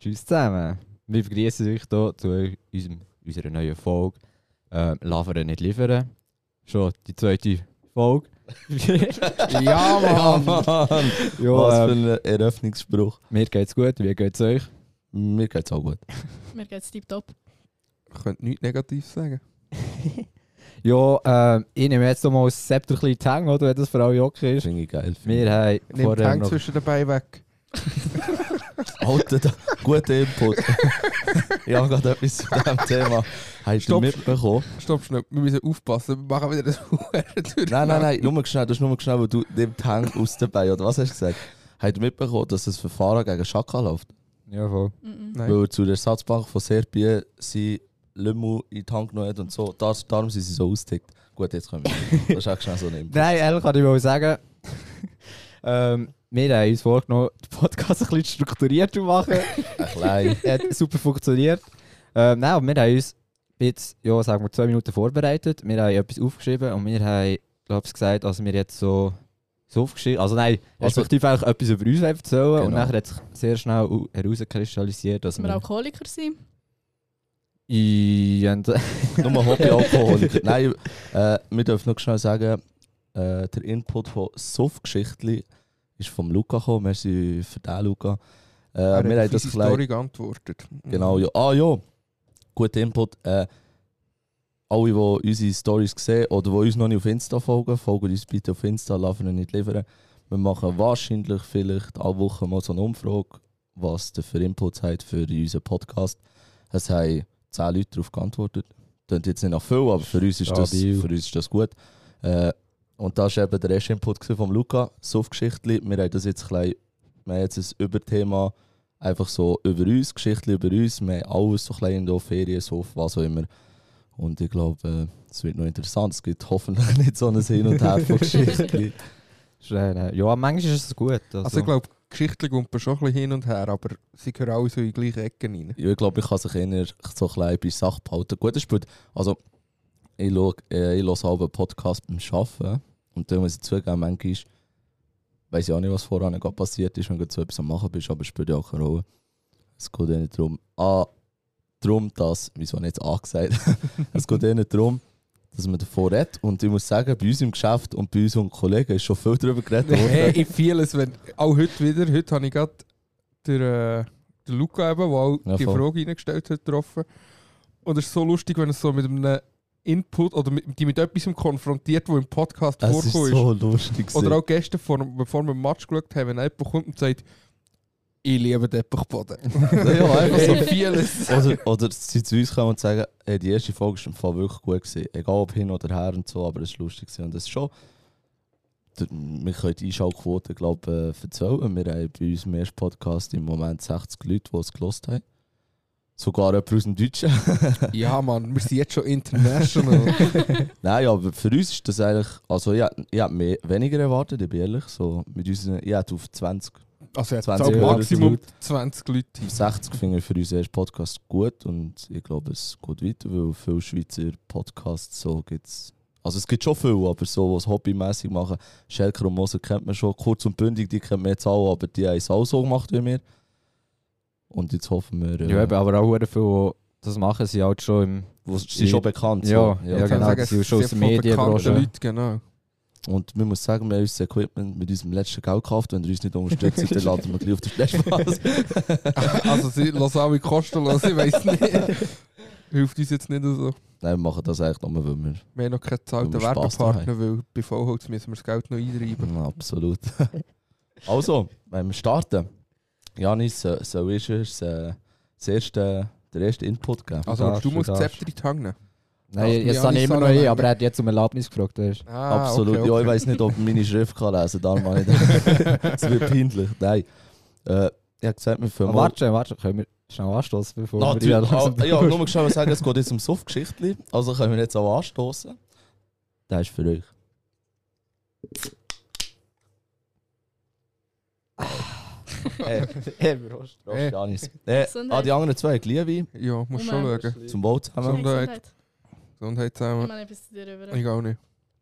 Tschüss zusammen. Wir begrüßen euch hier zu unserer neuen Folge. Laveren nicht liefern. Schon die zweite Folge. Ja, Mann! Ja, Was für ein Eröffnungsspruch. mir geht's gut, wie geht's euch? Mir geht's auch gut. Mir geht's tiptop. Ich könnte nichts Negatives sagen. Ja, ich nehme jetzt mal das Zepter ein bisschen in die Hänge, oder, wenn das für alle okay ist. Finde ich geil. Wir haben Nimm die vorher Hänge noch... zwischen den Beinen weg. Alter, guter Input. Ich habe gerade etwas zu diesem Thema. Hast du Stopp. mitbekommen? Stopp schnell, wir müssen aufpassen. Wir machen wieder das durch. Nein, nur schnell, das ist nur schnell, weil du nimmst die Hänge aus den Beinen, oder was hast du gesagt? Hast du mitbekommen, dass das Verfahren gegen Schaka läuft? Ja, voll. Nein. Weil zu der Ersatzbank von Serbien sie Lümmel in die Hand genommen hat und so. Darum sind sie so ausgetickt. Gut, jetzt können wir. Das ist auch schnell so nehmen. Nein, ehrlich kann ich mal sagen, wir haben uns vorgenommen, den Podcast ein bisschen strukturiert zu machen. Ein klein. Hat super funktioniert. Nein, aber wir haben uns jetzt, ja, sagen wir 2 Minuten vorbereitet. Wir haben etwas aufgeschrieben und wir haben, glaube ich, gesagt, dass wir jetzt so aufgeschrieben, also nein, respektive eigentlich etwas über uns erzählen. Genau. Und nachher hat sich sehr schnell herauskristallisiert, dass Dass wir Alkoholiker sind. Ja, Nur Hobby-Alkoholiker. Nein, wir dürfen noch schnell sagen, der Input von Suff-Geschichtli ist vom Luca gekommen. Merci für den, Luca. Er hat wir haben auf das unsere gleich. Story geantwortet. Genau, ja. Ah ja, guter Input. Alle, die unsere Stories sehen oder die uns noch nicht auf Insta folgen uns bitte auf Insta, laufen und nicht liefern. Wir machen wahrscheinlich vielleicht alle Wochen mal so eine Umfrage, was ihr für Inputs habt für unseren Podcast. Es haben 10 Leute darauf geantwortet. Klingt jetzt nicht nach viel, aber für uns ist das gut. Und das war eben der erste Input von Luca, Suff-Geschichtli. Wir haben das jetzt wir haben jetzt ein Überthema, einfach so über uns, Geschichtli über uns. Wir haben alles so klein in der Ferien, Suff, was auch immer. Und ich glaube, es wird noch interessant. Es gibt hoffentlich nicht so ein Hin und Her von Geschichtli. ja, manchmal ist es gut. Also ich glaube, Geschichten gumpen schon ein bisschen hin und her, aber sie gehören alle so in die gleichen Ecken rein. Ja, ich glaube, ich kann sich eher so klein bei Sache behalten. Gut, das ist also ich höre auch einen Podcast beim Arbeiten. Und dann muss ich zugeben, manchmal weiss ich auch nicht, was voran gerade passiert ist, wenn du so etwas am Machen bist, aber es spielt ja auch keine Rolle. Es geht ja nicht darum, wieso nicht angesagt, es geht ja nicht darum, dass man davon redet. Und ich muss sagen, bei uns im Geschäft und bei unseren Kollegen ist schon viel darüber geredet worden. Hey, ich fühle es, wenn auch heute wieder, heute habe ich gerade den Luca eben, der auch Ja, die voll. Frage reingestellt hat, getroffen. Und es ist so lustig, wenn es so mit einem Input oder die mit etwas konfrontiert, das im Podcast Es ist vorkommt. so lustig. Oder auch gestern, bevor wir den Match geschaut haben, wenn jemand kommt und sagt, ich liebe den Teppichboden. Ja, einfach so. Ich fühle es. Oder sie zu uns kommen und sagen, hey, die erste Folge war im Fall wirklich gut gewesen. Egal ob hin oder her und so, aber es war lustig gewesen. Und das ist schon... Wir können die Einschaltquote, glaube ich, erzählen. Wir haben bei uns im ersten Podcast im Moment 60 Leute, die es gehört haben. Sogar jemand aus dem Deutschen. Ja, Mann, wir sind jetzt schon international. Nein, aber für uns ist das eigentlich... Also ich habe weniger erwartet, ich bin ehrlich. So, mit unseren, ich hätte auf 20... Also jetzt 20 auch Euro Maximum 20 Leute. 60 finde ich für unseren ersten Podcast gut und ich glaube, es geht weiter, weil viele Schweizer Podcasts so gibt's. Also es gibt schon viele, aber so, was hobbymäßig machen. Schelker und Moser kennt man schon, kurz und bündig, die kennt man jetzt auch, aber die haben es auch so gemacht wie wir. Und jetzt hoffen wir... ja, eben, aber auch sehr viele, die das machen, sind halt schon im... sie sind schon bekannt. Ja, so. ja, Ich kann genau, sagen, die sind es schon sind aus der von Medienbranche. bekannten Leuten, genau. Und man muss sagen, wir haben unser Equipment mit unserem letzten Geld gekauft. Wenn ihr uns nicht unterstützt, dann laden wir gleich auf den Spaß. Also sie lassen alle kostenlos, ich weiss nicht. Hilft uns jetzt nicht so. Nein, wir machen das eigentlich nur, weil wir... Wir haben noch keinen zahlten Weil wir Spass Werbepartner, weil bei Vollholz müssen wir das Geld noch eintreiben. Ja, absolut. Also, wenn wir starten. Janis, so ist es der erste Input geben. Also darfst, du musst du das darfst. Zepter in die Hand nehmen. Nein, Ja, jetzt habe ich immer noch Janis aber er hat jetzt um Erlaubnis gefragt, weißt du. Absolut. Okay. Ja, ich weiss nicht, ob ich meine Schrift kann lesen kann. Darum meine ich. Es wird peinlich. Nein. Ich habe gesagt, wir fangen mal... Warte, können wir schnell anstoßen, bevor Natürlich. wir... Ja, nur schnell sagen, es geht jetzt um Suff-Geschichtli. Also können wir jetzt auch anstoßen. Das ist für euch. Prost, Janis. Gesundheit. Die anderen zwei, Glühwein. Ja, musst schon Moment. schauen. Zum Wohl zusammen. Gesundheit. Gesundheit Ich zusammen. meine, bis zu dir rüber. Ich auch nicht.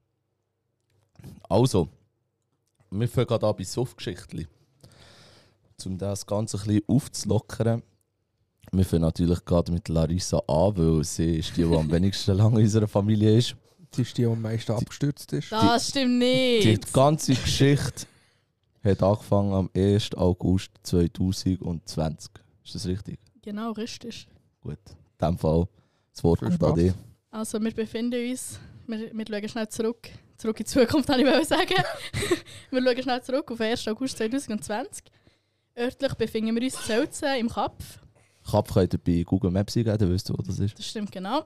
Also, wir fangen gerade an bei Suff-Geschichtli. Um das Ganze ein bisschen aufzulockern. Wir fangen natürlich gerade mit Larissa an, weil sie ist die am wenigsten lange in unserer Familie ist. Sie ist die am meisten abgestürzt ist. Das stimmt Die nicht. ganze Geschichte hat angefangen am 1. August 2020. Ist das richtig? Genau, richtig. Gut. In dem Fall das Wort Viel kommt an Spaß. Genau. dich. Also wir befinden uns, wir schauen schnell zurück in die Zukunft, wollte ich sagen. Wir schauen schnell zurück auf den 1. August 2020. Örtlich befinden wir uns in Zelzen im Kapf. Kap könnt ihr bei Google Maps eingeben, dann wisst ihr, wo das ist. Das stimmt genau.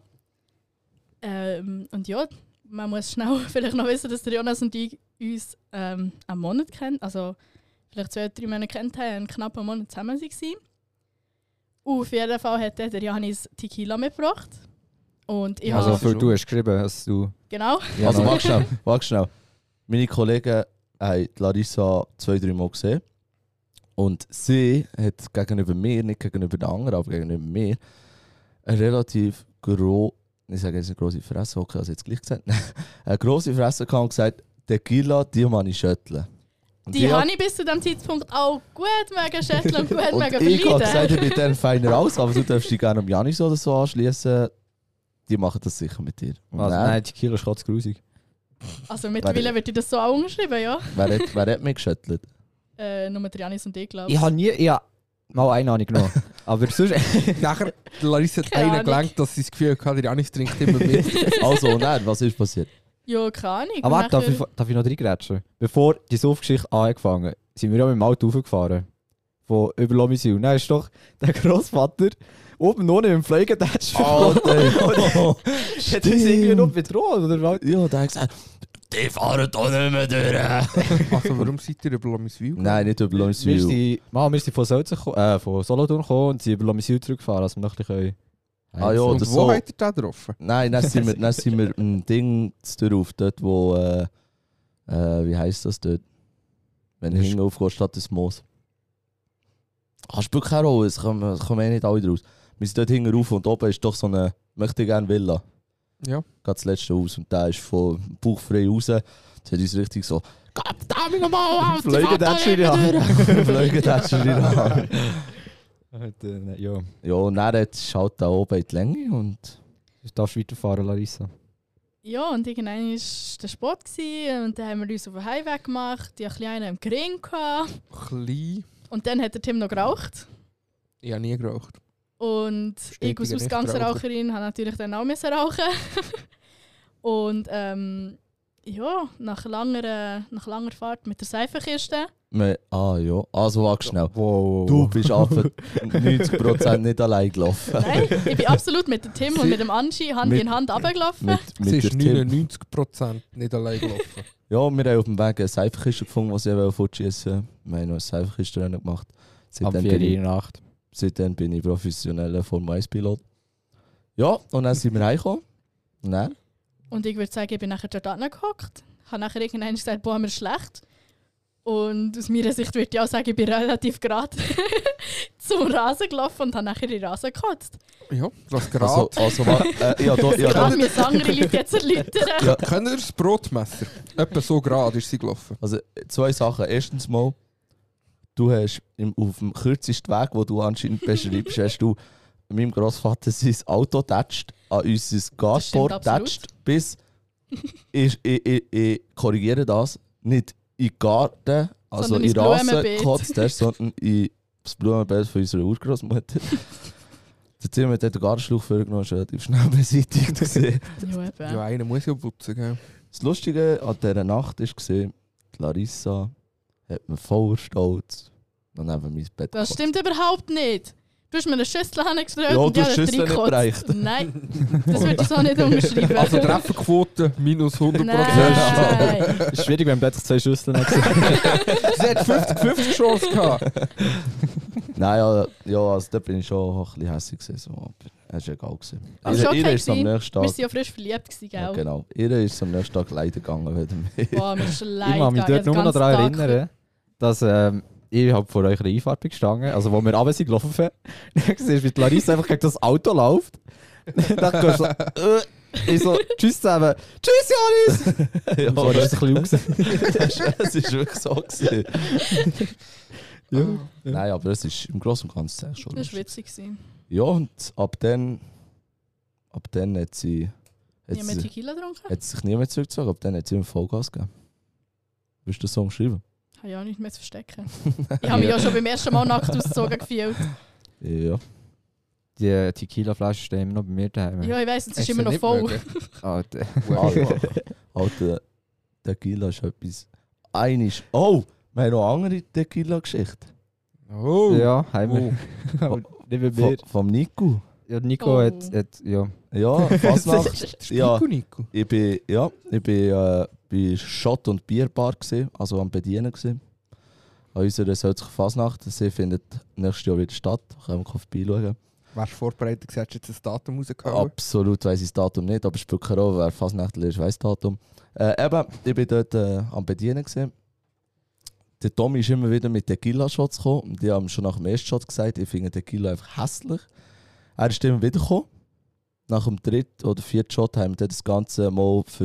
Und ja, man muss schnell vielleicht noch wissen, dass der Jonas und ich uns einen Monat kennen, also vielleicht 2 oder 3 Monate kennt haben, einen knappen Monat zusammen waren. Und auf jeden Fall hat dann der Janis Tequila mitgebracht. Und ich Also habe... für du hast geschrieben, dass du... Genau. Ja, Also noch- warte schnell. Meine Kollegen haben Larissa 2-3 Mal gesehen. Und sie hat gegenüber mir, nicht gegenüber den anderen, aber gegenüber mir, eine relativ ich sage jetzt eine grosse Fresse, okay, also jetzt gleich gesagt, eine grosse Fresse gehabt und gesagt, Tequila, die kann ich schütteln. Und Die ich habe ich bis zu diesem Zeitpunkt auch gut mega schätzeln und gut und mega ich habe gesagt, verleiden. ich bin dann feiner aus, aber du darfst dich gerne um Janis oder so anschließen. Die machen das sicher mit dir. Und Also, dann, nein, Tequila ist grusig. Also mittlerweile wird dir das so auch umgeschrieben, ja. wer hat mich geschüttelt? Nur der Janis und ich, glaube Ich habe nie... Ja, mal eine Ahnung genommen. Aber sonst... Nachher, Larissa hat Keine einen Ahnung. gelenkt, dass sie das Gefühl hatte, der Janis trinkt immer mit. Also, und dann, was ist passiert? Ja, keine Ahnung. Aber warte, Und darf ich noch reingrätschen? Bevor die Suffgeschichte angefangen sind wir ja mit dem Auto raufgefahren. Von über Lomisil. Dann ist doch der Grossvater oben ohne im Pflegetatsch Alter! Hat uns irgendwie noch bedroht, oder was? Ja, der hat gesagt, die fahren da nicht mehr durch. Also warum seid ihr über Lomiswil? Nein, nicht über Wir Lomiswil. sind von von Solothurn gekommen und sind über Lomisil zurückgefahren, dass wir noch ein bisschen Ah ja, Und oder wo so. habt ihr da drauf? Nein, dann sind wir ein Ding drauf, dort wo, wie heisst das dort? Wenn du hinten aufgehst, statt des Moos. Spielt keine Rolle, es kommen nicht alle draus. Wir sind dort hinten rauf und oben ist doch so eine, möchte ich gerne Villa. Ja. Geht das letzte Haus und der ist von bauchfrei raus. Das hat uns richtig so, Gott, da bin ich mal auf, Fliegentätsch in die Hand. Fliegentätsch in die Hand. Ja, Ja, und dann ist halt da oben in die Länge und... du darfst weiterfahren, Larissa. Ja, und irgendwann war der Sport und dann haben wir uns auf den Heimweg gemacht. Ich hatte einen im Gring. Klein. Und dann hat der Tim noch geraucht. Ich habe nie geraucht. Und ich als Stetiger Ausgangsraucherin habe natürlich dann auch müssen rauchen. Und ja, nach langer Fahrt mit der Seifenkiste. ja, also warte schnell. Wow. Du bist einfach 90% nicht allein gelaufen. Nein, ich bin absolut mit dem Tim und mit dem Anschi Hand in Hand runtergelaufen. Mit Sie der ist Tim. 99% nicht allein gelaufen. Ja, wir haben auf dem Weg eine Seifenkiste gefunden, die sie fortschießen wollten. Wir haben noch eine Seifenkiste gemacht. Am 4 Uhr Nacht. Seitdem bin ich professioneller Formel 1-Pilot. Ja, und dann sind wir heimgekommen. Und dann? Und ich würde sagen, ich bin nachher dort angehockt. Habe nachher irgendwann gesagt, boah, mir ist schlecht. Und aus meiner Sicht würde ich auch sagen, ich bin relativ gerade zum Rasen gelaufen und habe nachher in den Rasen gekotzt. Ja, das gerade. Gerade mir andere Leute jetzt erläutern. Können wir das Brotmesser? Etwa so gerade ist sie gelaufen. Also 2 Sachen. Erstens mal, du hast auf dem kürzesten Weg, den du anscheinend beschreibst, hast du meinem Grossvater sein Auto getatscht, an unser Gartenboard absolut. getatscht, bis ich korrigiere das, nicht in den Garten, also Sondern in ins Rasen Blumenbeet. gekotzt hast, sondern in das Blumenbeet von unserer Urgroßmutter. Der Tim hat den Gartenschlauch vorgenommen, ist relativ schnell beseitigt gewesen. Ja, eben. Ja, einer muss ja putzen, gell? Das Lustige an dieser Nacht war, die Larissa hat mir voller Stolz noch neben mein Bett Das gekotzt. stimmt überhaupt nicht. Du hast mir eine Schüssel hingestellt Ja, und du ich hast habe Schüssel nicht reingekotzt. gereicht. Nein, das würde ich so nicht unterschreiben. Also Trefferquote minus 100%. Nein. Es ist schwierig, wenn plötzlich 2 Schüsseln hat. Sie hat 50-50 Chance gehabt. Nein, ja, also da bin ich schon ein bisschen hässlich gewesen, so, aber es war egal gewesen. Das war okay Ihr ist am gewesen. nächsten Wir Tag... waren ja frisch verliebt, gewesen, gell? Ja, genau. Ihr ist am nächsten Tag leider gegangen wieder mehr. Boah, mir ist leid Ich kann mich gegangen, dort nur noch den daran ganzen Tag. erinnern, dass ich hab vor eurer Einfahrt bin gestanden, also wo wir runter sind gelaufen. Dann siehst du, wie die Larissa einfach gegen das Auto läuft. Dann gehst du so, ich so, tschüss zusammen. Tschüss, Janis! Ja, So ist es ein bisschen raus. es war wirklich so. Gewesen. Ja. Nein, aber es ist im Großen und Ganzen schon Das war lustig. witzig. Gewesen. Ja, und ab dann hat sie... Ich habe Tequila getrunken. Hat sie sich nie mehr zurückgezogen, ab dann hat sie ihm Vollgas gegeben. Willst du den Song schreiben? Habe ich auch nicht mehr zu verstecken. Ich habe mich ja schon beim ersten Mal nackt ausgezogen gefühlt. Ja. Die Tequila-Flasche stehen immer noch bei mir daheim. Ja, ich weiss, es ist Hast du immer noch nicht voll. mögen? Alter. Alter, Tequila ist etwas... Einisch... Oh! Wir haben noch eine andere Tequila-Geschichte. Oh. Ja, haben wir. Aber nicht bei mir. Vom Nico. Ja, Nico Oh. hat ja. Ja, Fasnacht. Ja, Nico. ich bin bei Schott- und Bierbar gewesen, also am Bedienen gewesen. An unserer solchen Fasnacht. Sie findet nächstes Jahr wieder statt. Können wir vorbeischauen. Wärst du vorbereitet, hast du jetzt ein Datum rausgehauen? Absolut weiss ich das Datum nicht, aber es spielt keine Rolle, wer Fasnachtler ist, weiss das Datum. Eben, ich bin dort am Bedienen gewesen. Der Tommy ist immer wieder mit Tequila-Shots gekommen und die haben schon nach dem ersten Shot gesagt, ich finde Tequila einfach hässlich. Er ist immer wieder gekommen. Nach dem dritten oder vierten Shot haben wir dann das Ganze mal für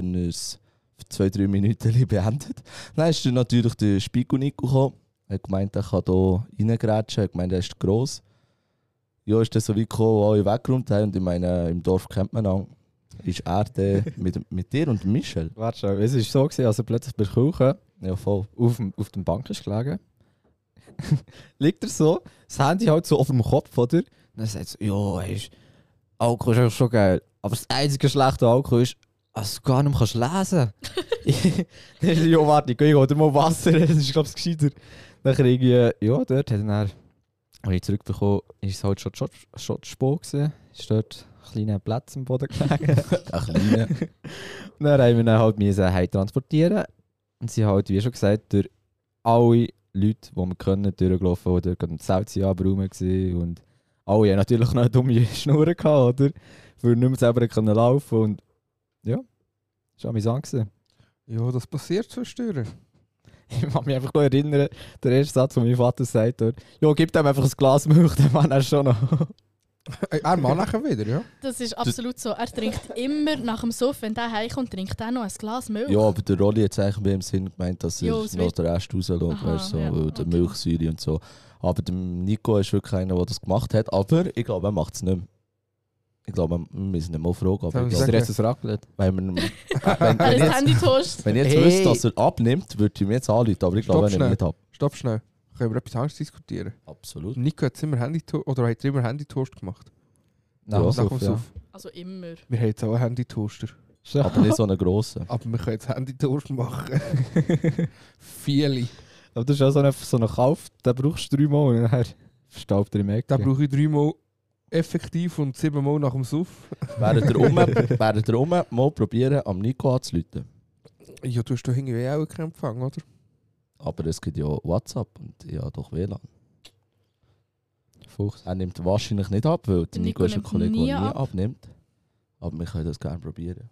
2-3 Minuten beendet. Dann ist dann natürlich der Spico Nico gekommen. Er hat gemeint, er kann hier reingrätschen. Er hat gemeint, er ist gross. Ja, ist dann so weit gekommen, wo alle weggeräumt haben. Und ich meine, im Dorf kennt man ihn. Ist er dann mit dir und Michel? Warte schon, es war so, gewesen, also plötzlich bei der Küche Ja, voll. auf dem Bank ist gelegen. Liegt er so, das Handy halt so auf dem Kopf, oder? Und dann sagt er so, ja, Alkohol ist eigentlich schon geil. Aber das einzige schlechte Alkohol ist, dass du gar nicht mehr lesen kannst. Dann ist er, ja, warte, ich gehe oder mal Wasser, das ist, glaube ich, gescheiter. Dann kriege ich, ja, dort hat er dann, als ich zurückbekommen, ist es halt schon Schottspo gewesen. Ist dort ein kleiner Platz am Boden gelegen. Ein kleiner. Und dann haben wir ihn halt heim transportieren. Und sie haben halt, wie schon gesagt, durch alle Leute, die wir können, durchgelaufen, oder gerade im Salziaber rum waren. Und alle haben natürlich noch eine dumme Schnur gehabt, oder? Weil nicht mehr selber können laufen. Und ja, das war amüsant gewesen. Ja, das passiert zwischendurch. Ich kann mich einfach noch erinnern, der erste Satz, den mein Vater sagt, ja, gib dem einfach ein Glas Milch, dann kann er schon noch. Er macht nachher wieder, ja? Das ist absolut so. Er trinkt immer nach dem Suff, wenn er heimkommt, trinkt er noch ein Glas Milch. Ja, aber der Rolli hat eigentlich bei ihm Sinn gemeint, dass er Jo, es noch wird- den Rest rauslässt, Aha, weißt du, so, ja, weil der okay. Milchsäure und so. Aber der Nico ist wirklich einer, der das gemacht hat, aber ich glaube, er macht es nicht mehr. Ich glaube, wir müssen ihn mal fragen, aber Soll ich ich Ist glaube, der jetzt ein Raclette? wenn, wir, Er ist jetzt, Handy-Toast. wenn ich jetzt Hey. wüsste, dass er abnimmt, würde ich mir jetzt anrufen, aber ich glaube, er Stopp nimmt nicht ab. Stopp schnell. Können wir etwas anderes diskutieren? Absolut. Nico hat immer oder hat immer Handy-Toast gemacht. Nach Ja, dem Nach Suff, dem ja. Suff. Also immer. Wir haben jetzt auch einen Handy-Toaster. Schon. Aber nicht so einen grossen. Aber wir können jetzt Handy-Toast machen. Viele. Aber das ist auch so ein Kauf, den brauchst du 3 Mal und dann verstaubt er im Eck. Da brauche ich 3 Mal effektiv und 7 Mal nach dem Suff. Während ihr mal probieren, am Nico anzurufen. Ja, du hast doch irgendwie auch keinen Empfang, oder? Aber es gibt ja WhatsApp und ja doch WLAN. Fuchs. Er nimmt wahrscheinlich nicht ab, weil der Nico Nico ist ein nimmt Kollege, der nie nie ab. abnimmt. Aber wir können das gerne probieren.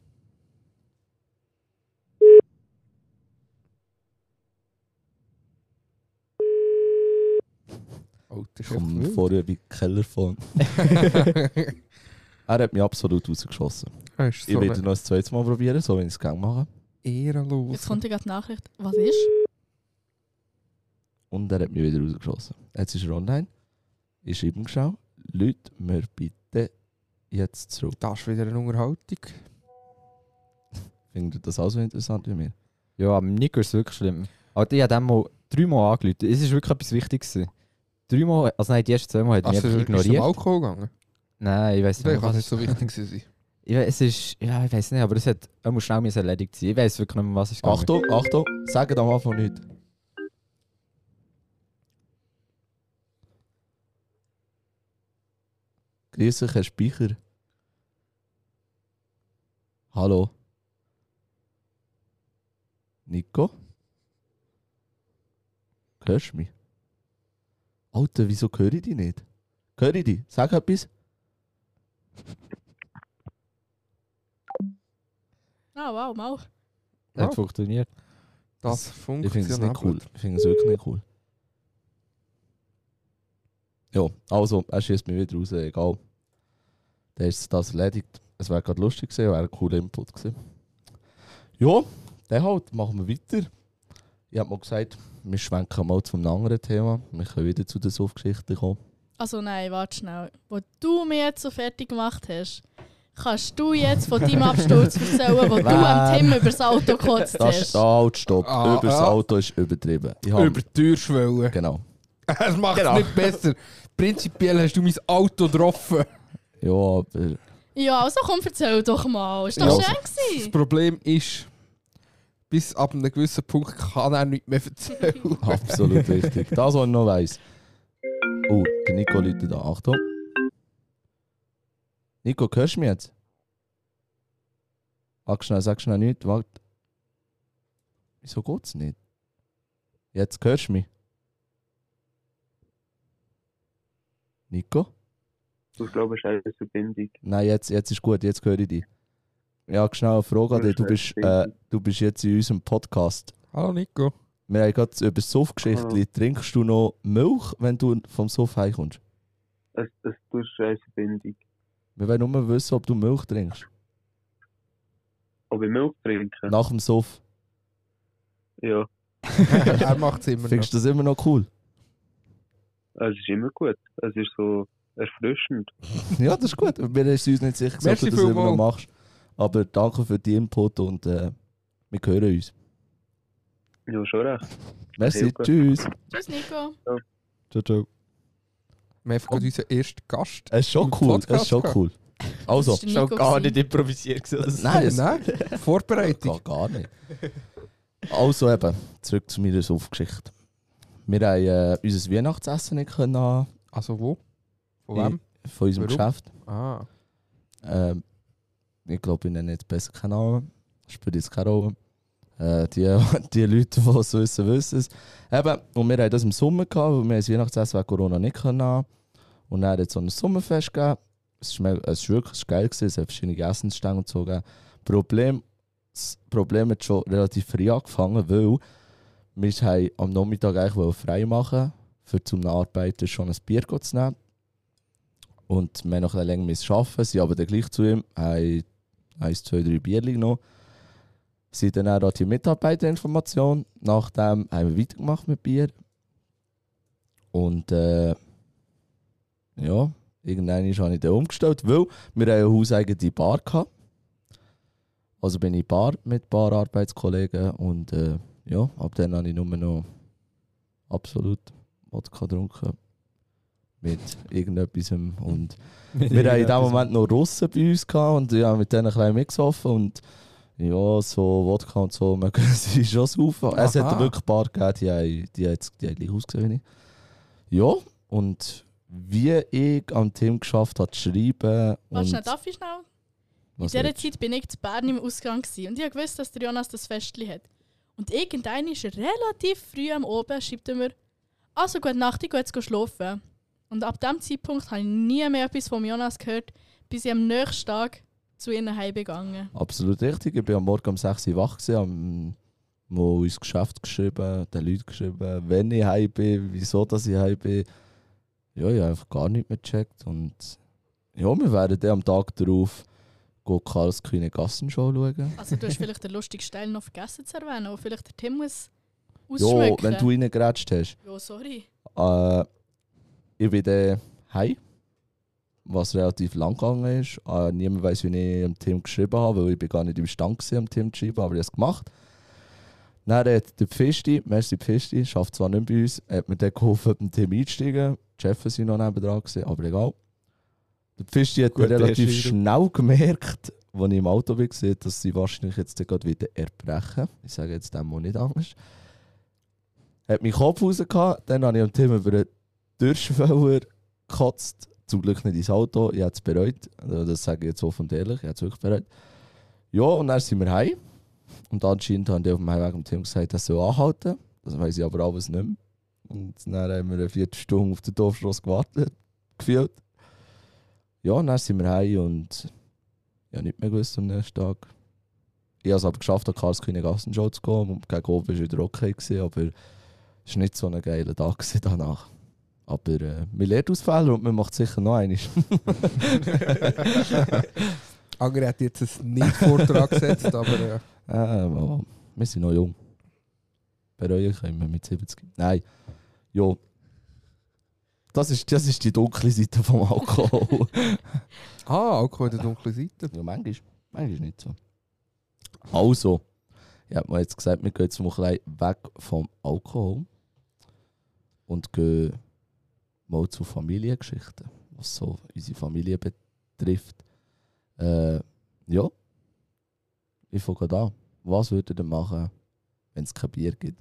Oh, das Ich ist komme echt vorher wie Keller von. wild. Er hat mich absolut rausgeschossen. Er ist Ich so werde eine noch ein zweites Mal probieren, so wie ich es gerne mache. Jetzt ehrenlos. kommt gerade die Nachricht. Was ist? Und er hat mich wieder rausgeschossen. Jetzt ist er online. Ich schreibe ihm geschaut. Leute, mir bitte jetzt zurück. Das ist wieder eine Unterhaltung. Findet ihr das auch so interessant wie mir? Ja, aber Nico ist wirklich schlimm. Aber ich habe dem mal 3 Mal angerufen. Es ist wirklich etwas Wichtiges gewesen. 3 Mal, also nein, die ersten 2 Mal hat er mich Also, einfach ist es um ignoriert. Alkohol gegangen? Nein, ich weiß Oder nicht. kann was nicht so wichtig sein. Ich weiß, es ist, ja, ich weiß nicht, aber es hat, er muss schnell erledigt sein. Ich weiß wirklich nicht mehr, was es geht. Achtung, Achtung, sagt am Anfang nichts. Grüß euch, Herr Speicher. Hallo. Nico? Hörst du mich? Alter, wieso höre ich dich nicht? Höre ich dich? Sag etwas. Ah, wow, mal. Hat funktioniert. Das Ich funktioniert. finde es nicht cool. Ich finde es wirklich nicht cool. Ja, also, er schießt mich wieder raus, egal. Dann ist das erledigt. Es wäre gerade lustig gewesen, wäre ein cooler Input gewesen. Ja, dann halt, machen wir weiter. Ich habe mal gesagt, wir schwenken mal zu einem anderen Thema. Wir können wieder zu der Suff-Geschichte kommen. Also nein, warte schnell. Wo du mich jetzt so fertig gemacht hast, kannst du jetzt von deinem Absturz erzählen, wo du am Tim über das Auto gekotzt Das hast. ist halt, stopp. Ah, Über das ja. Auto ist übertrieben. Ich hab- Über die Türschwelle. Genau. Das macht es Genau. nicht besser. Prinzipiell hast du mein Auto getroffen. Ja, aber Ja, also komm, erzähl doch mal. Ist Ja. doch schön Das gewesen. Problem ist, bis ab einem gewissen Punkt kann er nichts mehr erzählen. absolut richtig. Das, was ich noch weiss. Oh, der Nico läutet da. Achtung. Nico, hörst du mich jetzt? Sag schnell nichts. Warte. Wieso geht's nicht? Jetzt hörst du mich? Nico? Ich glaube, es ist eine Verbindung. Nein, jetzt ist gut, jetzt höre ich dich. Ja, schnell eine Frage an dich. Du bist jetzt in unserem Podcast. Hallo Nico. Wir haben gerade über das Suff-Geschichtli. Trinkst du noch Milch, wenn du vom Suff heimkommst? Es tut eine Verbindung. Wir wollen nur wissen, ob du Milch trinkst. Ob ich Milch trinke? Nach dem Suff. Ja, Er macht es immer Findest noch. du das immer noch cool? es ist immer gut. Es ist so erfrischend. Ja, das ist gut. Wir sind uns nicht sicher, ob Merci du das immer noch vielmals. machst. Aber danke für die Input und wir hören uns. Ja, schon recht. Merci, Sehr gut. tschüss. Tschüss, Nico. Ciao, ciao. Wir haben gerade unseren ersten Gast. Es ist schon Im cool, es Podcast ist schon gehabt. cool. Also, Das ist der Schon Nico gar gewesen. nicht improvisiert. gewesen. nein, es Nein, Vorbereitung. gar nicht. Also eben, zurück zu meiner Suff-Geschichte. Wir haben unser Weihnachtsessen nicht können haben, Also wo? Von wem? von unserem Warum? Geschäft. Ah. Ich glaube, ich nenne jetzt besser keinen Namen. Spielt jetzt keine Rolle. Die Leute, die es wissen es. Eben, und wir haben das im Sommer gehabt, weil wir das Weihnachtsessen wegen Corona nicht können haben. Und dann hat es so ein Sommerfest gegeben. Es ist wirklich geil gewesen, es hat verschiedene Essensstände und so gegeben. Das Problem hat schon relativ früh angefangen, weil wir haben am Nachmittag eigentlich frei machen, für zum Arbeiten schon ein Bier zu nehmen. Und wir haben noch ein bisschen länger arbeiten, sind aber dann gleich zu ihm, haben 1, 2, 3 Bierchen genommen. Sind dann auch die Mitarbeiterinformation. Nachdem haben wir weitergemacht mit Bier. Und ja, irgendwann habe ich dann umgestellt, weil wir eine hauseigene Bar hatten. Also bin ich Bar mit ein paar Arbeitskollegen und ja, ab dann habe ich nur noch absolut Wodka getrunken. Mit irgendetwas. Und wir haben in dem Moment noch Russen bei uns gehabt und ja, mit denen ein bisschen mitgesoffen. Und ja, so Wodka und so, man kann sie schon saufen. Es hat Aha. wirklich ein paar gegeben, die haben gleich ausgesehen wie ich. Ja, und wie ich am Team geschafft habe zu schreiben. Warte schnell, Und darf ich schnell? In was dieser willst du? Zeit bin ich zu Bern im Ausgang gewesen und ich wusste, dass der Jonas das Festli hat. Und irgendein ist relativ früh am Oben, schreibt er mir, also gute Nacht, ich gehe jetzt schlafen. Und ab diesem Zeitpunkt habe ich nie mehr etwas von Jonas gehört, bis ich am nächsten Tag zu ihnen heimgegangen. Absolut richtig. Ich bin am Morgen um 6 Uhr wach gewesen, wo ins Geschäft geschrieben, den Leuten geschrieben, wenn ich heim bin, wieso dass ich heim bin. Ja, ich habe einfach gar nichts mehr gecheckt. Und ja, wir werden dann am Tag darauf Karls Kühne Gassenshow schauen. Also du hast vielleicht den lustigen Teil noch vergessen zu erwähnen, wo vielleicht der Tim muss Ja, ausschmücken. wenn du reingeratscht hast. Ja, sorry. Ich bin dann heim, was relativ lang gegangen ist. Niemand weiss, wie ich am Team geschrieben habe, weil ich bin gar nicht imstande war, am Team zu schreiben, aber ich habe es gemacht. Dann hat der Pfisti, merci Pfisti, schafft zwar nicht bei uns, hat mir dann geholfen, beim Team einzusteigen. Die Chefs waren noch nebendran, aber egal. Der Pfisti hat mir Gut, relativ erste schnell gemerkt, als ich im Auto bin, dass sie wahrscheinlich jetzt gerade wieder erbrechen. Ich sage jetzt dem mal nicht anders. Hat meinen Kopf rausgehabt, dann habe ich am Team über den Türschwelle gekotzt. Zum Glück nicht ins Auto, ich habe es bereut. Also das sage ich jetzt offen und ehrlich, ich habe es wirklich bereut. Ja, und dann sind wir heim. Und anscheinend haben die auf dem Heimweg am Team gesagt, er soll anhalten. Das weiss ich aber alles nicht mehr. Und dann haben wir eine Viertelstunde auf der Dorfstrasse gewartet, gefühlt. Ja, und dann sind wir heim und ich habe nicht mehr gewusst am nächsten Tag. Ich habe es aber geschafft, an Karlskühne Gassenshow zu kommen. Und gegen oben war es wieder okay, gewesen, aber es war nicht so ein geiler Tag danach. Aber wir lernen aus Fehlern und man macht sicher noch einmal. Anger hat jetzt einen Nicht-Vortrag gesetzt, aber wir sind noch jung. Bereuen können wir mit 70. Nein. Ja. das ist die dunkle Seite vom Alkohol. Alkohol in der dunklen Seite. Ja, manchmal nicht so. Also, ich habe mir jetzt gesagt, wir gehen jetzt mal ein bisschen weg vom Alkohol und gehen mal zu Familiengeschichten, was so unsere Familie betrifft. Ja, ich fange an. Was würdet ihr machen, wenn es kein Bier gibt?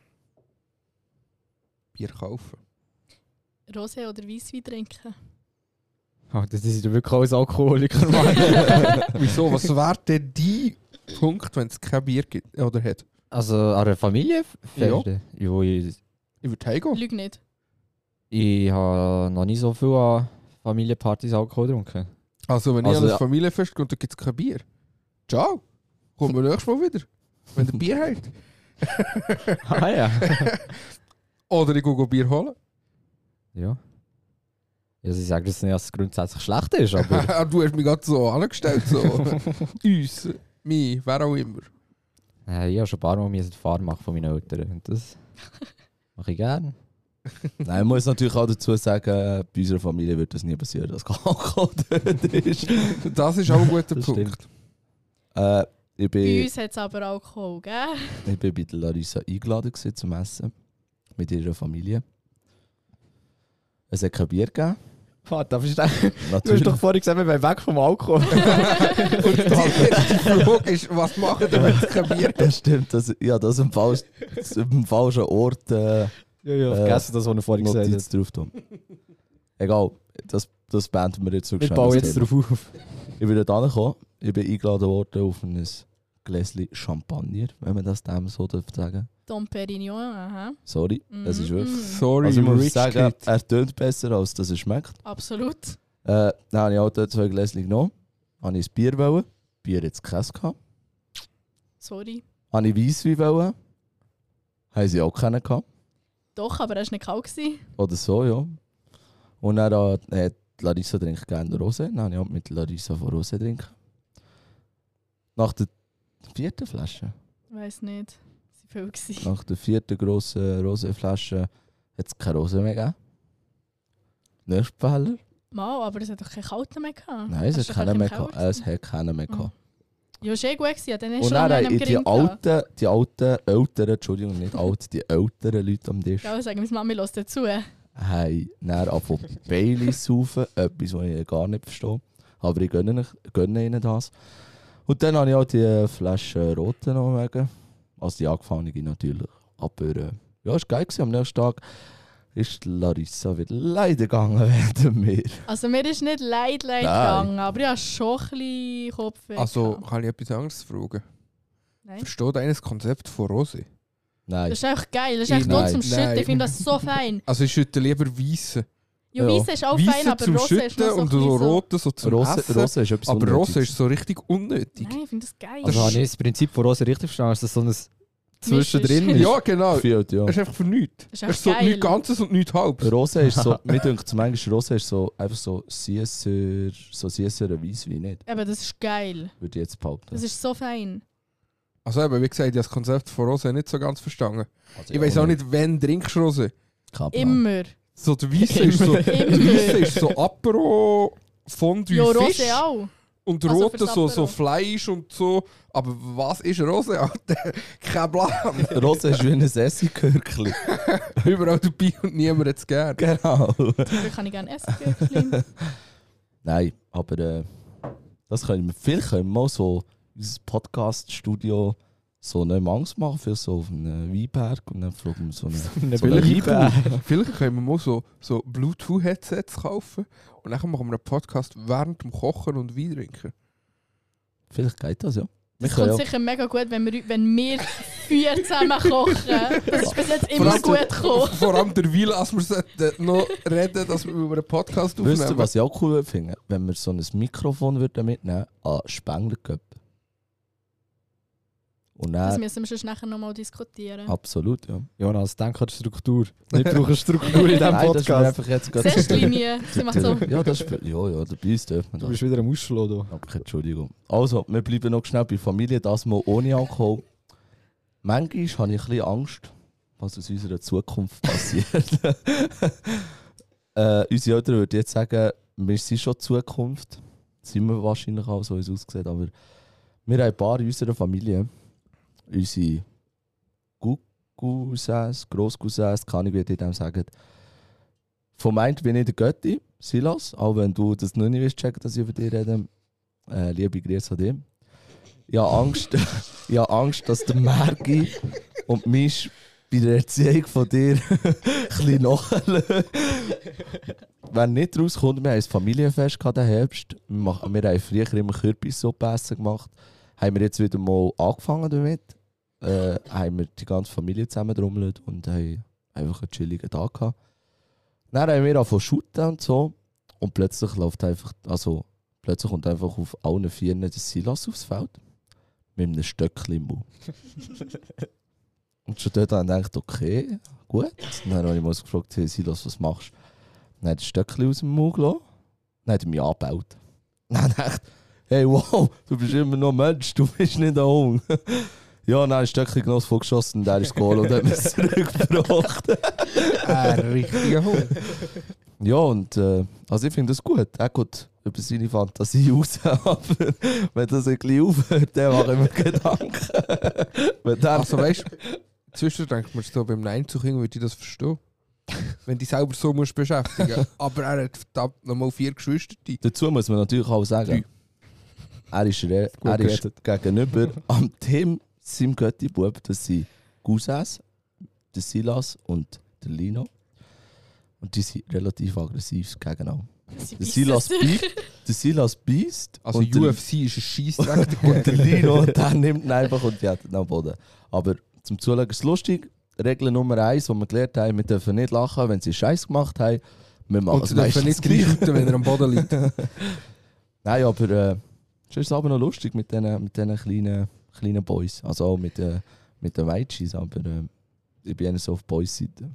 Bier kaufen. Rosé oder Weisswein trinken. Oh, das ist wirklich alles Alkoholiker, Mann. Wieso? Was wäre denn dein Punkt, wenn es kein Bier gibt oder hat? Also an einer Familienfeste? Ja. Ich würde heimgehen. Lüg nicht. habe noch nie so viel an Familienpartys Alkohol getrunken. Also wenn ich Also, an ein Familienfest gehe, dann gibt es kein Bier. Ciao. Kommen wir nächstes Mal wieder. Wenn ihr Bier habt. Ah ja. Oder ich gehe Bier holen. Ja. Also ich sage jetzt nicht, dass es grundsätzlich schlecht ist, aber... Du hast mich gerade so angestellt. So. Uns, mich, wer auch immer. Ich habe schon ein paar Mal die Fahrt machen von meinen Eltern und das mache ich gerne. Nein, ich muss natürlich auch dazu sagen, bei unserer Familie wird das nie passieren, dass Alkohol dort ist. Das ist auch ein guter Das Punkt. Ich Bei bin uns hat es aber Alkohol, gell? bei der Larissa eingeladen gewesen zum Essen mit ihrer Familie. Es hat kein Bier gegeben. Warte, du hast Natürlich. doch vorhin gesagt, wir wollen weg vom Alkohol. Und die Frage ist, was machen wir, wenn es kein Bier gibt? Das stimmt, das im falschen Ort Ja, vergessen das, was er vorhin gesagt Notiz hat. drauf tun. Egal, das beenden wir jetzt so Wir schnell. bauen das jetzt Thema. drauf auf. Ich bin dort angekommen. Ich bin eingeladen worden auf ein Gläschen Champagner, wenn man das dem so sagen darf. Dom Perignon, aha. Sorry, es ist wirklich... Sorry, Also ich muss rich sagen, kid. er tönt besser, als dass er schmeckt. Absolut. Dann habe ich auch dort 2 Gläschen genommen. Habe ich ein Bier wollen. Bier hat es Käse gehabt. Sorry. Habe ich Weisswein wollen. Haben sie auch keinen gehabt. Doch, aber er war nicht kalt. Gewesen. Oder so, ja. Und dann hat Larissa trinkt gerne Rosé. Dann habe ich auch mit Larissa von Rosé trinken. Nach der 4. Flasche, Ich weiss nicht. Sie waren viel. nach der 4. grossen Rosé-Flasche hat es keine Rosé mehr gegeben. Nächster Fehler. Mal, aber es hat doch keine kalten mehr gehabt. Nein, es Hast hat du keinen doch mehr im Keller gehabt. Es hat keinen mehr gehabt. Ja, war eh gut gewesen. Dann hast Und du schon dann einen haben die Gring gehabt. alten, älteren, Entschuldigung, nicht alt, die älteren Leute am Tisch Ja, sagen, meine Mami hört dazu. haben dann angefangen Baileys saufen, etwas, was ich gar nicht verstehe. Aber ich gönne ihnen das. Und dann habe ich auch die Flasche Rote noch wegen. Also die angefangene natürlich. Aber ja, es war geil gewesen. Am nächsten Tag ist Larissa wieder leider gegangen während mir. Also mir ist nicht leid Nein. gegangen, aber ich habe schon ein bisschen Kopfweh Also, gehabt. kann ich etwas anderes fragen? Nein. Versteht einer das Konzept von Rosé? Nein. Das ist echt geil. Das ist echt Nein. nur zum Schütten. Nein. Ich finde das so fein. Also, ich schütte lieber Weisse. Ja, Ja. Weisse ist auch fein, Weisse aber zum Rosé ist Schütten noch so und ein so bisschen so... Rote so zum Essen. Rose ist etwas Aber Rosé Unnötiges. ist so richtig unnötig. Nein, ich finde das geil. Also habe ich das Prinzip von Rose richtig verstanden, dass das so ein Zwischendrin Misch ist. Ja, genau. Gefühlt, ja. Es ist einfach für nichts. Das ist Es echt ist so geil. nichts Ganzes und nichts Halbes. Rosé ist so, mir denkt zum Englischen, Rosé ist so einfach so süßer Weisswein, nicht? Aber das ist geil. Würde ich jetzt behaupten. Das ist so fein. Also eben, wie gesagt, ich habe das Konzept von Rosé nicht so ganz verstanden. Also Ich weiß auch nicht, wann trinkst du Rosé? Kein Plan. Immer. So, der Weisse ist so, der Weisse ist so Apero, Fondue, Ja, Fisch Rosé auch. und Also Rote fürs so Apero. Fleisch und so. Aber was ist Rosé, Alter? Kein Plan. Rosé ist wie ein Essiggürkli. Überall dabei und niemand hat es gern. Genau. Dafür kann ich gerne essen. Gürkchen. Nein, aber das können wir, vielleicht können wir mal so unser Podcast-Studio so eine Angst machen, für so auf einem Weinberg und dann fragen wir so eine Vielleicht können wir mal so Bluetooth-Headsets kaufen und dann machen wir einen Podcast während dem Kochen und Wein trinken. Vielleicht geht das, ja. Wir Das können kommt ja. sicher mega gut, wenn wir 4 zusammen kochen. Das ist bis jetzt immer allem gut gekommen. Vor allem der Weil, als wir noch reden, dass wir über einen Podcast aufnehmen. Wisst ihr, was ich auch cool finde? Wenn wir so ein Mikrofon würden mitnehmen an Spengler-Cup. Und Das dann, müssen wir schon nachher nochmal diskutieren. absolut, ja. Jonas, denk an die Struktur. Wir brauchen Struktur in diesem Nein, das ist mir Podcast. einfach jetzt gerade... Zestlinie. Sie macht so. Ja, das ist... Ja, bei uns dürfen wir Du das. bist wieder am Ausschlagen. Okay, Entschuldigung. Also, wir bleiben noch schnell bei Familie, das mal ohne Alkohol. Manchmal habe ich ein bisschen Angst, was aus unserer Zukunft passiert. Unsere Eltern würden jetzt sagen, wir sind schon die Zukunft. Sind wir wahrscheinlich auch, so wie es aussieht. Aber wir haben ein paar in unserer Familie. Unsere Cousins, Grosscousins, kann ich wie die dem sagen. Vom einen bin ich der Götti, Silas. Auch wenn du das noch nicht willst checken, dass ich über dich rede. Liebe Grüße an dich. Ich habe Angst, ich habe Angst, dass der Mergi und mich bei der Erziehung von dir ein bisschen nachlassen. Wenn nicht rauskommt, wir haben ein Familienfest gehabt, den Herbst. Wir haben früher immer Kürbissuppe essen gemacht. Haben wir jetzt wieder mal angefangen damit. Haben wir die ganze Familie zusammen drummelt und haben einfach einen chilligen Tag gehabt. Dann haben wir angefangen zu shooten und so. Und plötzlich kommt einfach auf allen Vieren der Silas aufs Feld. Mit einem Stöckchen im Mund. Und schon dort habe ich gedacht, okay, gut. Und dann habe ich mal gefragt, hey Silas, was machst du? Dann hat er ein Stöckchen aus dem Mund gelassen. Dann hat er mich angebaut. Dann habe ich gedacht, hey wow, du bist immer noch ein Mensch, du bist nicht ein Hund. Ja, dann habe ich ein Stöckchen genossen, geschossen und er ist Goal und hat mich zurückgebracht. Ein richtiger Hund. Ja, und also ich finde das gut. Er geht über seine Fantasie raus, aber wenn das ein bisschen aufhört, dann mache ich mir Gedanken. Also weißt du, zwischen denkt man so, beim Einzug würde ich das verstehen. Wenn du dich selber so musst beschäftigen. Aber er hat verdammt nochmal 4 Geschwister. Dazu muss man natürlich auch sagen, er ist gegenüber am Tim, seinem Götti-Bub, das sind Cousins, der Silas und der Lino. Und die sind relativ aggressiv gegeneinander. Der Silas beißt. Also und UFC ist ein Scheissdreck. und der Lino, der nimmt ihn einfach und jettet ihn am Boden. Aber zum Zuschauen ist es lustig. Regel Nummer 1, die wir gelernt haben, wir dürfen nicht lachen, wenn sie Scheiß gemacht haben. Wir machen Und sie dürfen nicht gleich shooten, wenn er am Boden liegt. Nein, aber es ist aber noch lustig mit diesen kleinen Boys. Also auch mit den Mädchen, aber ich bin eher so auf Boys-Seite.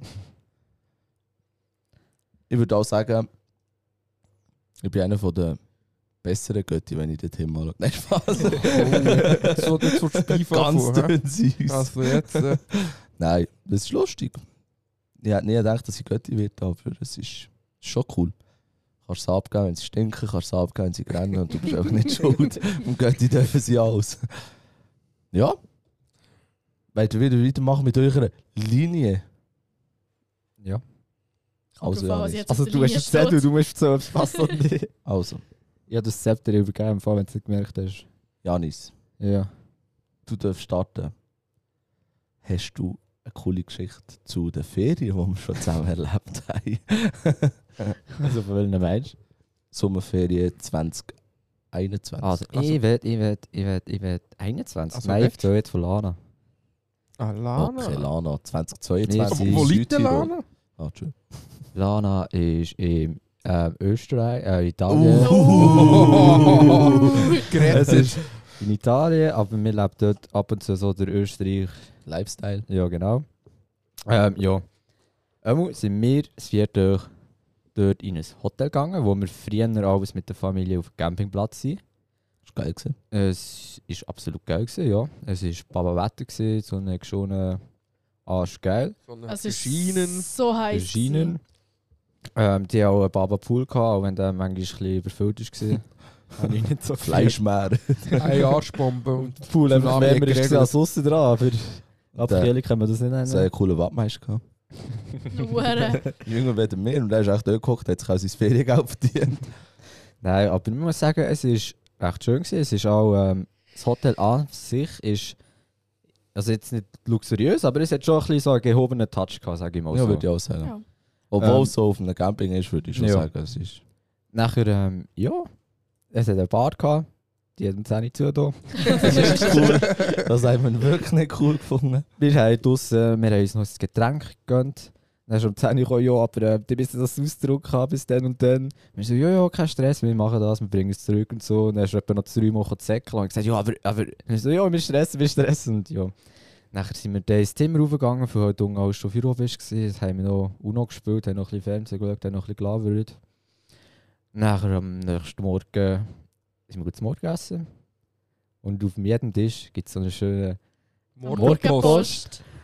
Ich würde auch sagen, ich bin einer der besseren Götti, wenn ich den Thema schaue. Nein, Spaß. So jetzt wird Spiel Ganz dünn süß. Also jetzt. Nein, das ist lustig. Ich hätte nie gedacht, dass ich Götti werde, aber es ist schon cool. Du kannst es abgeben, wenn sie stinken, kannst es abgeben, wenn sie rennen und du bist einfach nicht schuld. Und Götti dürfen sie alles. Ja. Wollt ihr wieder weitermachen mit eurer Linie? Ja. Also, Drauf an, was Janis. jetzt auf Also der du hast Linie es gesagt, steht. du musst so, ob es passt oder nicht. Also, Ich habe das Zepter übergeben, im Fall, wenn du es nicht gemerkt hast. Janis, Ja. du darfst starten. Hast du eine coole Geschichte zu den Ferien, die wir schon zusammen erlebt haben? Also von welchen meinst du? Sommerferien 2021. Also ich will 21. Also Nein, willst so jetzt von Lana. Ah, Lana. Okay, Lana, Nee, 2022. Wo liegt der Südtirol. Lana? Ah, schön. Lana ist in Österreich, Italien. Gerettet. Es ist in Italien, aber wir leben dort ab und zu so der Österreich. Lifestyle. Ja, genau. Ja. Einmal sind wir das 4. Tag dort in ein Hotel gegangen, wo wir früher alles mit der Familie auf dem Campingplatz sind. Das war geil gewesen. Es war absolut geil, ja. Es war Baba-Wetter, so eine geschone arschgeil. So eine Es ist Schienen. so heiß. Schienen. Die haben auch einen Baba-Pool gehabt, auch wenn der manchmal ein bisschen überfüllt war. Habe ich nicht so viel. Fleischmeer. Eine Arschbombe. Und Der Pool einfach Tsunami wärmer geregelt. als aussen dran, aber abkühlen kann man das nicht Das nennen. war ein cooler Wattmeister gehabt. Hure. Jünger werden wir und der ist echt dort gekocht, hat sich auch sein Feriengeld verdient. Nein, aber ich muss sagen, es war recht schön gewesen. Es ist auch, das Hotel an sich ist, also jetzt nicht luxuriös, aber es hat schon ein bisschen so einen gehobenen Touch gehabt, sage ich mal Ja, so. würde ich auch sagen. Ja. Obwohl es so auf einem Camping ist, würde ich schon Ja. sagen. Es ist Nachher, ja, es hat eine Bar gehabt, die hat uns auch nicht zugetan. das ist cool. Das haben wir wirklich nicht cool gefunden. Wir haben draussen, wir haben uns noch ein Getränk gegönnt. Dann ist um 10 Uhr gekommen, ja, aber die müssen das Ausdruck haben bis dann und dann. Wir so, ja, kein Stress, wir machen das, wir bringen es zurück und so. Und dann ist etwa noch 3 Mal zäckeln und gesagt, ja, aber wir so, ja, wir stressen und ja. Nachher sind wir dann ins Zimmer raufgegangen, weil heute unten alles schon 4 Uhr war. Jetzt haben wir noch UNO gespielt, haben noch ein bisschen Fernsehen geschaut, haben noch ein bisschen gelabert. Nachher am nächsten Morgen sind wir zum Morgen gegessen. Und auf jedem Tisch gibt es so eine schöne Morgenpost.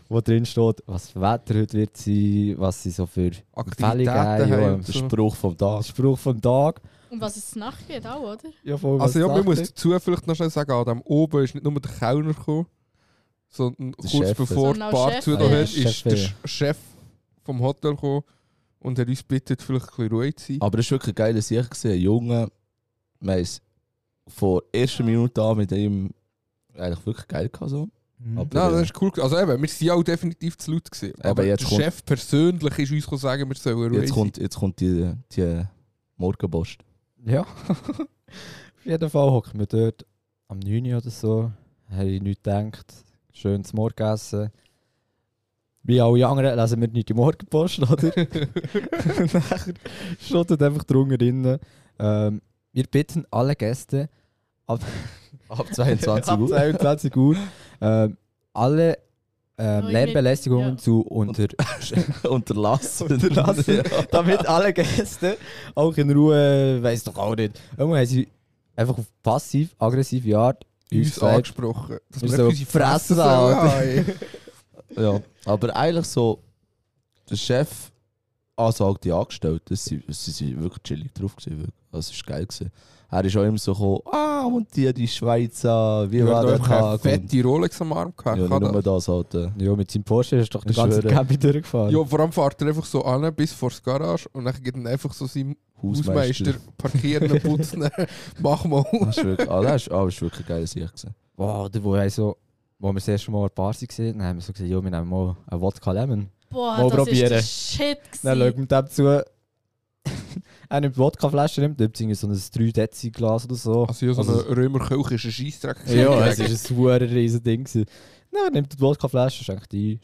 wo drin steht, was für Wetter heute wird sein, was sie so für Aktivitäten haben, ja, haben und Der so. Spruch vom Tag. Spruch vom Tag. Und was es Nacht geht auch, oder? Ja, voll, Also ja, was man muss sagt dazu vielleicht noch schnell sagen, an dem oben ist nicht nur der Kellner gekommen, sondern Der kurz Chef. bevor die Sondern auch Bar Chef, zugehört ja. ist Chef, der ja. Chef vom Hotel gekommen und hat uns gebeten, vielleicht ein bisschen ruhig zu sein. Aber es war wirklich eine geile Sache. Ein Junge, wir haben es von der ersten Minute an mit ihm eigentlich wirklich geil gehabt. So. Mhm. Aber- Ja, das ist cool. Also eben, wir waren auch definitiv zu laut gewesen. Aber Aber jetzt der kommt- Chef persönlich ist uns gekommen sagen, wir sollen ruhig Jetzt kommt die Morgenpost. Ja. Auf jeden Fall hocken wir dort am 9 Uhr oder so. Habe ich nichts gedacht. Schön zum Morgenessen. Wie alle anderen lesen wir nicht die Morgenpost, oder? Nachher steht dort einfach drunter drin. Wir bitten alle Gäste ab, Ab 22 ab Uhr. 22 Uhr alle Oh, Lärmbelästigungen ja. zu Unterlassen. unterlassen, damit alle Gäste auch in Ruhe, weiss doch auch nicht. Irgendwann haben sie einfach auf passiv-aggressive Art uns uns gesagt, angesprochen. Dass wir wir sollen unsere fressen Fresse haben. Ja, aber eigentlich so, der Chef ansagt die Angestellten, sie sind wirklich chillig drauf gewesen, wirklich. Also es war geil gewesen. Er ist auch immer so gekommen, und die Schweizer, wie Wir war haben der einfach eine Tag? Und- fette Rolex am Arm gehabt. Ja, Kann nicht nur das? das halt. Ja, mit seinem Porsche ist doch der Ich ganze schwöre. Camping durchgefahren. Ja, vor allem fährt er einfach so an bis vor das Garage und dann geht dann einfach so sein Hausmeister parkieren, putzen, mach mal. Das ist wirklich, das ist wirklich eine geile Sache gewesen. Wow, oder wo wir das erste Mal ein Paar waren, dann haben wir so gesagt, ja, wir nehmen mal einen Wodka Lemon. Boah, Mal das probieren. ist der Shit Dann schauen gewesen. wir dem zu. Er nimmt die Wodkaflasche, nimmt irgendwie so ein 3-Dezi-Glas oder so. Also ja, so ein Römerkirche ist ein Scheissdreck. Ja, es war ein super riesen Ding. Dann nimmt er die Wodkaflasche, schenkt ein.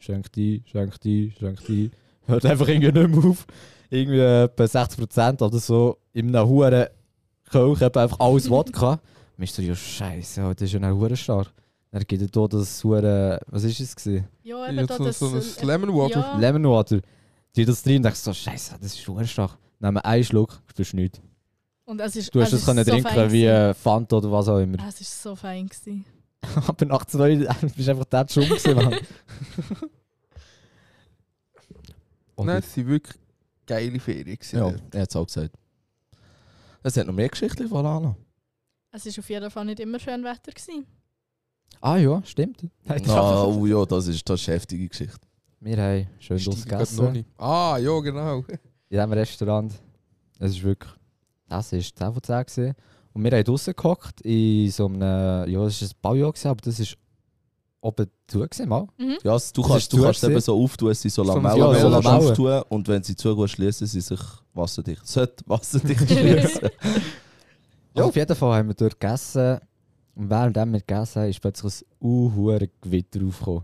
Hört einfach irgendwie nicht mehr auf. Irgendwie etwa 60% oder so in einem huren Kelch, einfach alles Wodka. Man ist so, ja scheiße, das ist ja ein huren stark. Dann gibt er hier das hure, was ist es gewesen? Ja, eben Ja, da so, das... so ein Lemon Water. Ja. Lemon Water. Die das drin und denkst so, scheiße, das ist huren stark. Nehmen einen Schluck, spürst nichts. Und es ist, Du hast es das ist können so trinken fein wie gewesen. Fanta oder was auch immer. Es ist so fein gewesen. Aber nach 2 bist du einfach der schon gewesen, Mann. Nein, es waren wirklich geile Ferien. gewesen Ja, dort. er hat es auch gesagt. Es hat noch mehr Geschichten von Lana. Es war auf jeden Fall nicht immer schön Wetter gewesen. Ah ja, stimmt. Oh ja, das ist eine heftige Geschichte. Wir haben schön Steige das grad noch gegessen. nicht. Ah, ja, genau. In diesem Restaurant. Es ist wirklich, das war 10 von 10 gewesen. Und wir haben draussen gehockt in so einem, ja, das war ein Pavillon, gewesen, aber das ist oben zu gewesen, mal. Ja, Das du kannst ist zu eben gewesen. so auftun, sie so So ein Lamellen Ja, so Lamellen. auftun und wenn sie zugehen, schließen sie sich wasserdicht. Sollte wasserdicht schließen. Ja, auf jeden Fall haben wir dort gegessen. Und während wir gegessen haben, ist plötzlich ein hohes Gewitter aufgekommen.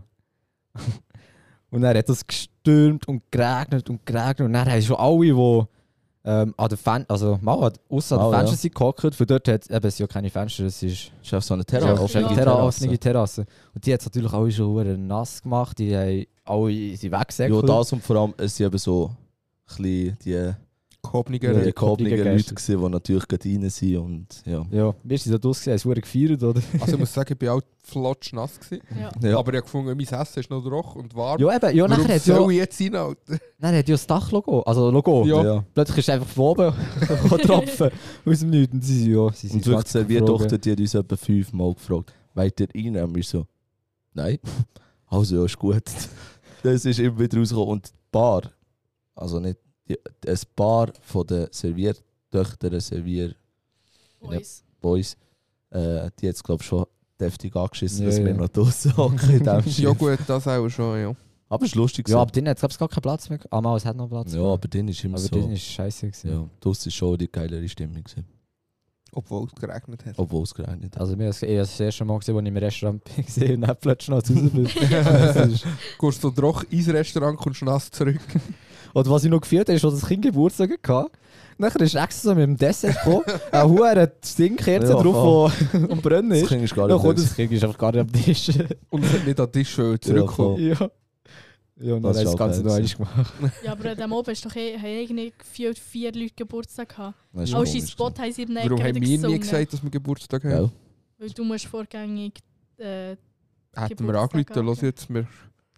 Und dann hat es gestürmt und geregnet. Und dann haben schon alle, die an der ausser an Mal, der ja. Fenster sind gehockt, von dort hat es ja keine Fenster, es ist Das ist auf so eine ja, Terrasse. offene Ja. offene Terrasse. Und die hat es natürlich alle schon verdammt nass gemacht, die haben alle sind Ja, weggesäckelt. das und vor allem, es sind eben so ein bisschen die Gehobniger. gehobenen gehobenen Leute Gäste. gewesen, die natürlich gerade rein sind und ja. Ja, wir sind da draussen, haben es verdammt gefeiert, oder? Also ich muss sagen, ich war auch flotsch nass gewesen. Ja. Ja. Aber ich habe gefunden, mein Essen ist noch trocken und warm. Ja, eben, ja, Warum nachher hat soll ja, ich jetzt reinhalten? dann hat ja das Dachlogo, also Logo. Ja. Plötzlich ist es einfach von oben tropfen aus dem Nichts. Und sie sind ja, sie sind Und wirklich, die Serviertochter, geflogen. die hat uns etwa 5-mal gefragt, wollt ihr rein? Und wir so, nein. Also ja, ist gut. Das ist immer wieder rausgekommen. Und die Bar, also nicht, ein Paar von den Serviertöchtern, Servierboys, Boys. die hat es glaube ich schon deftig angeschissen, Ja, dass wir ja. noch draussen hocken in diesem Schiff. Ja gut, das auch schon, ja. Aber es war lustig. Ja, gewesen. aber denen hat es gar keinen Platz mehr. Ah, mal, es hat noch Platz. Ja, aber dann ist immer aber so. denen ist scheiße gewesen. Ja, draussen war schon die geilere Stimmung gewesen, Obwohl es geregnet hat. obwohl es geregnet hat. Also mir ist das erste Mal gesehen, als ich im Restaurant bin gesehen und dann plötzlich noch zu Hause bin. Das ist- Gehst du trocken ins Restaurant, kommst nass zurück. Und was ich noch gefühlt habe, ist, als das Kind Geburtstag hatte. Nachher ist extra so mit dem Dessert gekommen, eine hohe Stinkkerze Ja, drauf, die am Brennen Das ist. Kind ist gar Dann nicht kommt böse. das Kind ist einfach gar nicht am Tisch. Und es hat nicht an den Tisch zurückgekommen. Ja. Ja, und dann Das hat ist das auch Ganze noch geil einmal gemacht. Ja, aber an dem Oben ist doch haben irgendwie gefühlt 4 Leute Geburtstag gehabt. Das ist Alle komisch Spot haben sie im Necken Warum haben wieder wir nie gesungen. gesagt, dass wir Geburtstag gewesen. haben? Weil du musst vorgängig... Hätten wir Geburtstag angerufen, los haben. jetzt, wir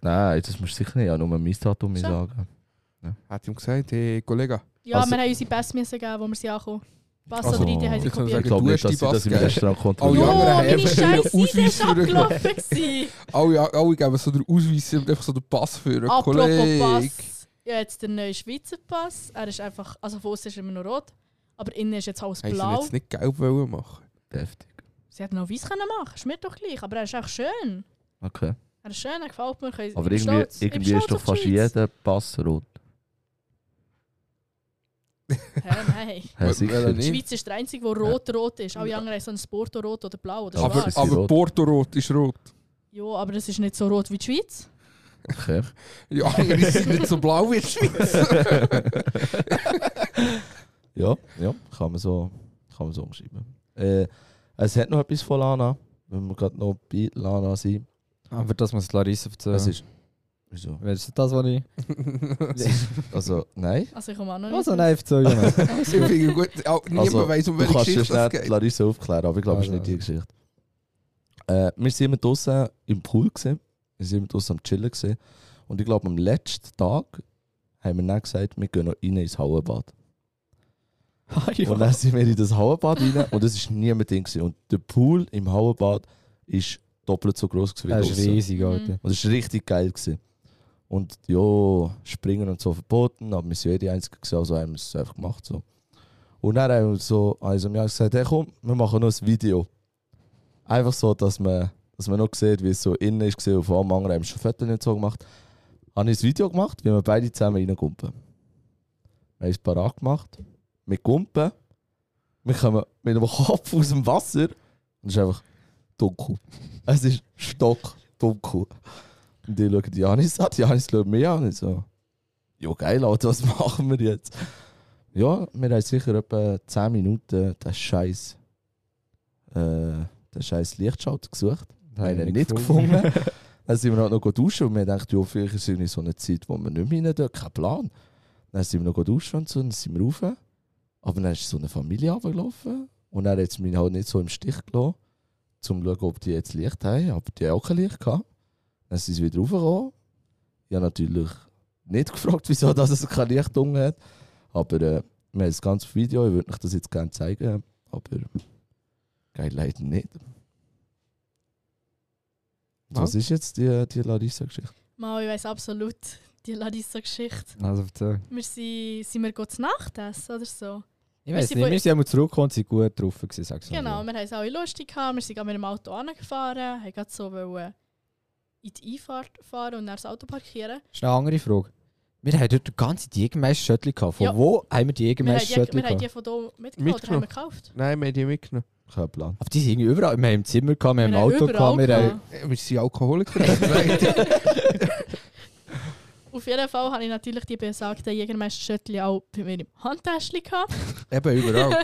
Nein, das musst du sicher nicht. Ja, nur mein Datum Schon. sagen. Hat ihm gesagt, hey, Kollege. Ja, Also- wir haben unsere Pässe müssen geben, wo wir sie ankommen. Pass Also, oder ID haben sie ich kann kopiert. Ich glaube Du nicht, hast dass die sie das im Pass Restaurant Oh, kontrollieren. ja, Jo, anderen haben meine einfach scheiß ihren ID ist Ausweis abgelaufen gewesen. Alle geben so den Ausweis und einfach so den Pass für einen Apropos Kollegen. Pass. Ja, jetzt der neue Schweizer Pass. Er ist einfach, also von außen ist er immer noch rot, aber innen ist jetzt alles Haben sie blau. jetzt nicht gelb wollen machen? Heftig. Sie hätten noch weiß können machen, ist mir doch gleich, aber er ist auch schön. Okay. Er ist schön, er gefällt mir. Ich Aber bin stolz. Ich bin irgendwie ist stolz doch auf die fast Schweiz. jeder Pass rot. Nein. Ja, sicher. Weil Die nicht. Schweiz ist der einzige, der rot ist. Alle anderen haben so ein Porto-Rot oder blau oder Aber- schwarz. Aber rot. Porto-Rot ist rot. Ja, aber das ist nicht so rot wie die Schweiz. Okay. Ja, andere sind nicht so blau wie die Schweiz. Ja, kann man so umschreiben. Es hat noch etwas von Lana, wenn wir gerade noch bei Lana sind. Aber das muss Larissa erzählen. Es ist. Wieso? Wer ist das, was ich... Also, nein. Also ich komme auch noch nicht. Also nein, erzähl ja nicht. Ich finde gut, niemand Also, weiss, um Du welche kannst ja Geschichte das schnell geht. Larissa aufklären, aber ich glaube, es ist nicht die Geschichte. Wir sind immer draußen im Pool gewesen. Wir sind immer draußen am Chillen gewesen. Und ich glaube, am letzten Tag haben wir dann gesagt, wir gehen noch rein ins Hallenbad. Und dann sind wir in das Hallenbad rein und es war niemand drin gewesen. Und der Pool im Hallenbad ist doppelt so groß wie Das ist draußen. riesig, Alter. Und es war richtig geil gewesen. Und ja, springen und so verboten, aber wir waren die Einzigen gewesen, also haben wir es einfach gemacht. So. Und dann haben wir so, also mir gesagt, hey komm, wir machen noch ein Video. Einfach so, dass man noch sieht, wie es so innen ist und vor allem anderen haben schon Fotos nicht so gemacht. Habe ich ein Video gemacht, wie wir beide zusammen reingumpen. Wir haben es parat gemacht. Wir gumpen. Wir kommen mit dem Kopf aus dem Wasser und es ist einfach dunkel. Es ist stockdunkel. Und ich schaue die Janis an, die Janis schaut mich an und ich so, ja geil, Alter, was machen wir jetzt? Ja, wir haben sicher etwa 10 Minuten den scheiß Lichtschalter gesucht. Wir haben ihn nicht gefunden. Dann sind wir halt noch duschen und wir dachten, ja, vielleicht ist es irgendwie so eine Zeit, wo wir nicht mehr rein dürfen, kein Plan. Dann sind wir noch duschen und so, dann sind wir rauf. Aber dann ist so eine Familie runtergelaufen und dann hat es mich halt nicht so im Stich gelassen, um zu schauen, ob die jetzt Licht haben. Aber die haben auch kein Licht gehabt. Dann sind sie wieder raufgekommen. Ich habe natürlich nicht gefragt, wieso dass es kein Licht unten hat. Aber wir haben das ganze Video, ich würde euch das jetzt gerne zeigen. Aber geil, leider nicht. Was ist jetzt die Larissa-Geschichte? Mal, ich weiss absolut die Larissa-Geschichte. Also erzähl. Sind wir gut zu Nacht essen oder so? Ich weiß sind nicht, von- wir sind einmal zurückgekommen und sind gut drauf gewesen, sagst du. Genau, wir haben es alle lustig gehabt. Wir sind gerade mit dem Auto angefahren, haben gerade so wollen in die Einfahrt fahren und dann das Auto parkieren. Das ist eine andere Frage. Wir haben dort die ganze Jägermeister-Schöttli gehabt. Von Ja. wo haben wir die Wir haben Jägermeister-Schöttli die von gehabt? hier mitgenommen oder haben wir gekauft? Nein, wir haben die mitgenommen. Kein Plan. Aber die sind irgendwie überall. Wir haben im Zimmer gehabt, wir haben im Wir haben Auto überall gehabt, wir haben... gehabt. Wir sind Alkoholiker. Eben Auf jeden Fall habe ich natürlich die besagten Jägermeister-Schöttli auch bei mir im Handtäschchen gehabt. überall.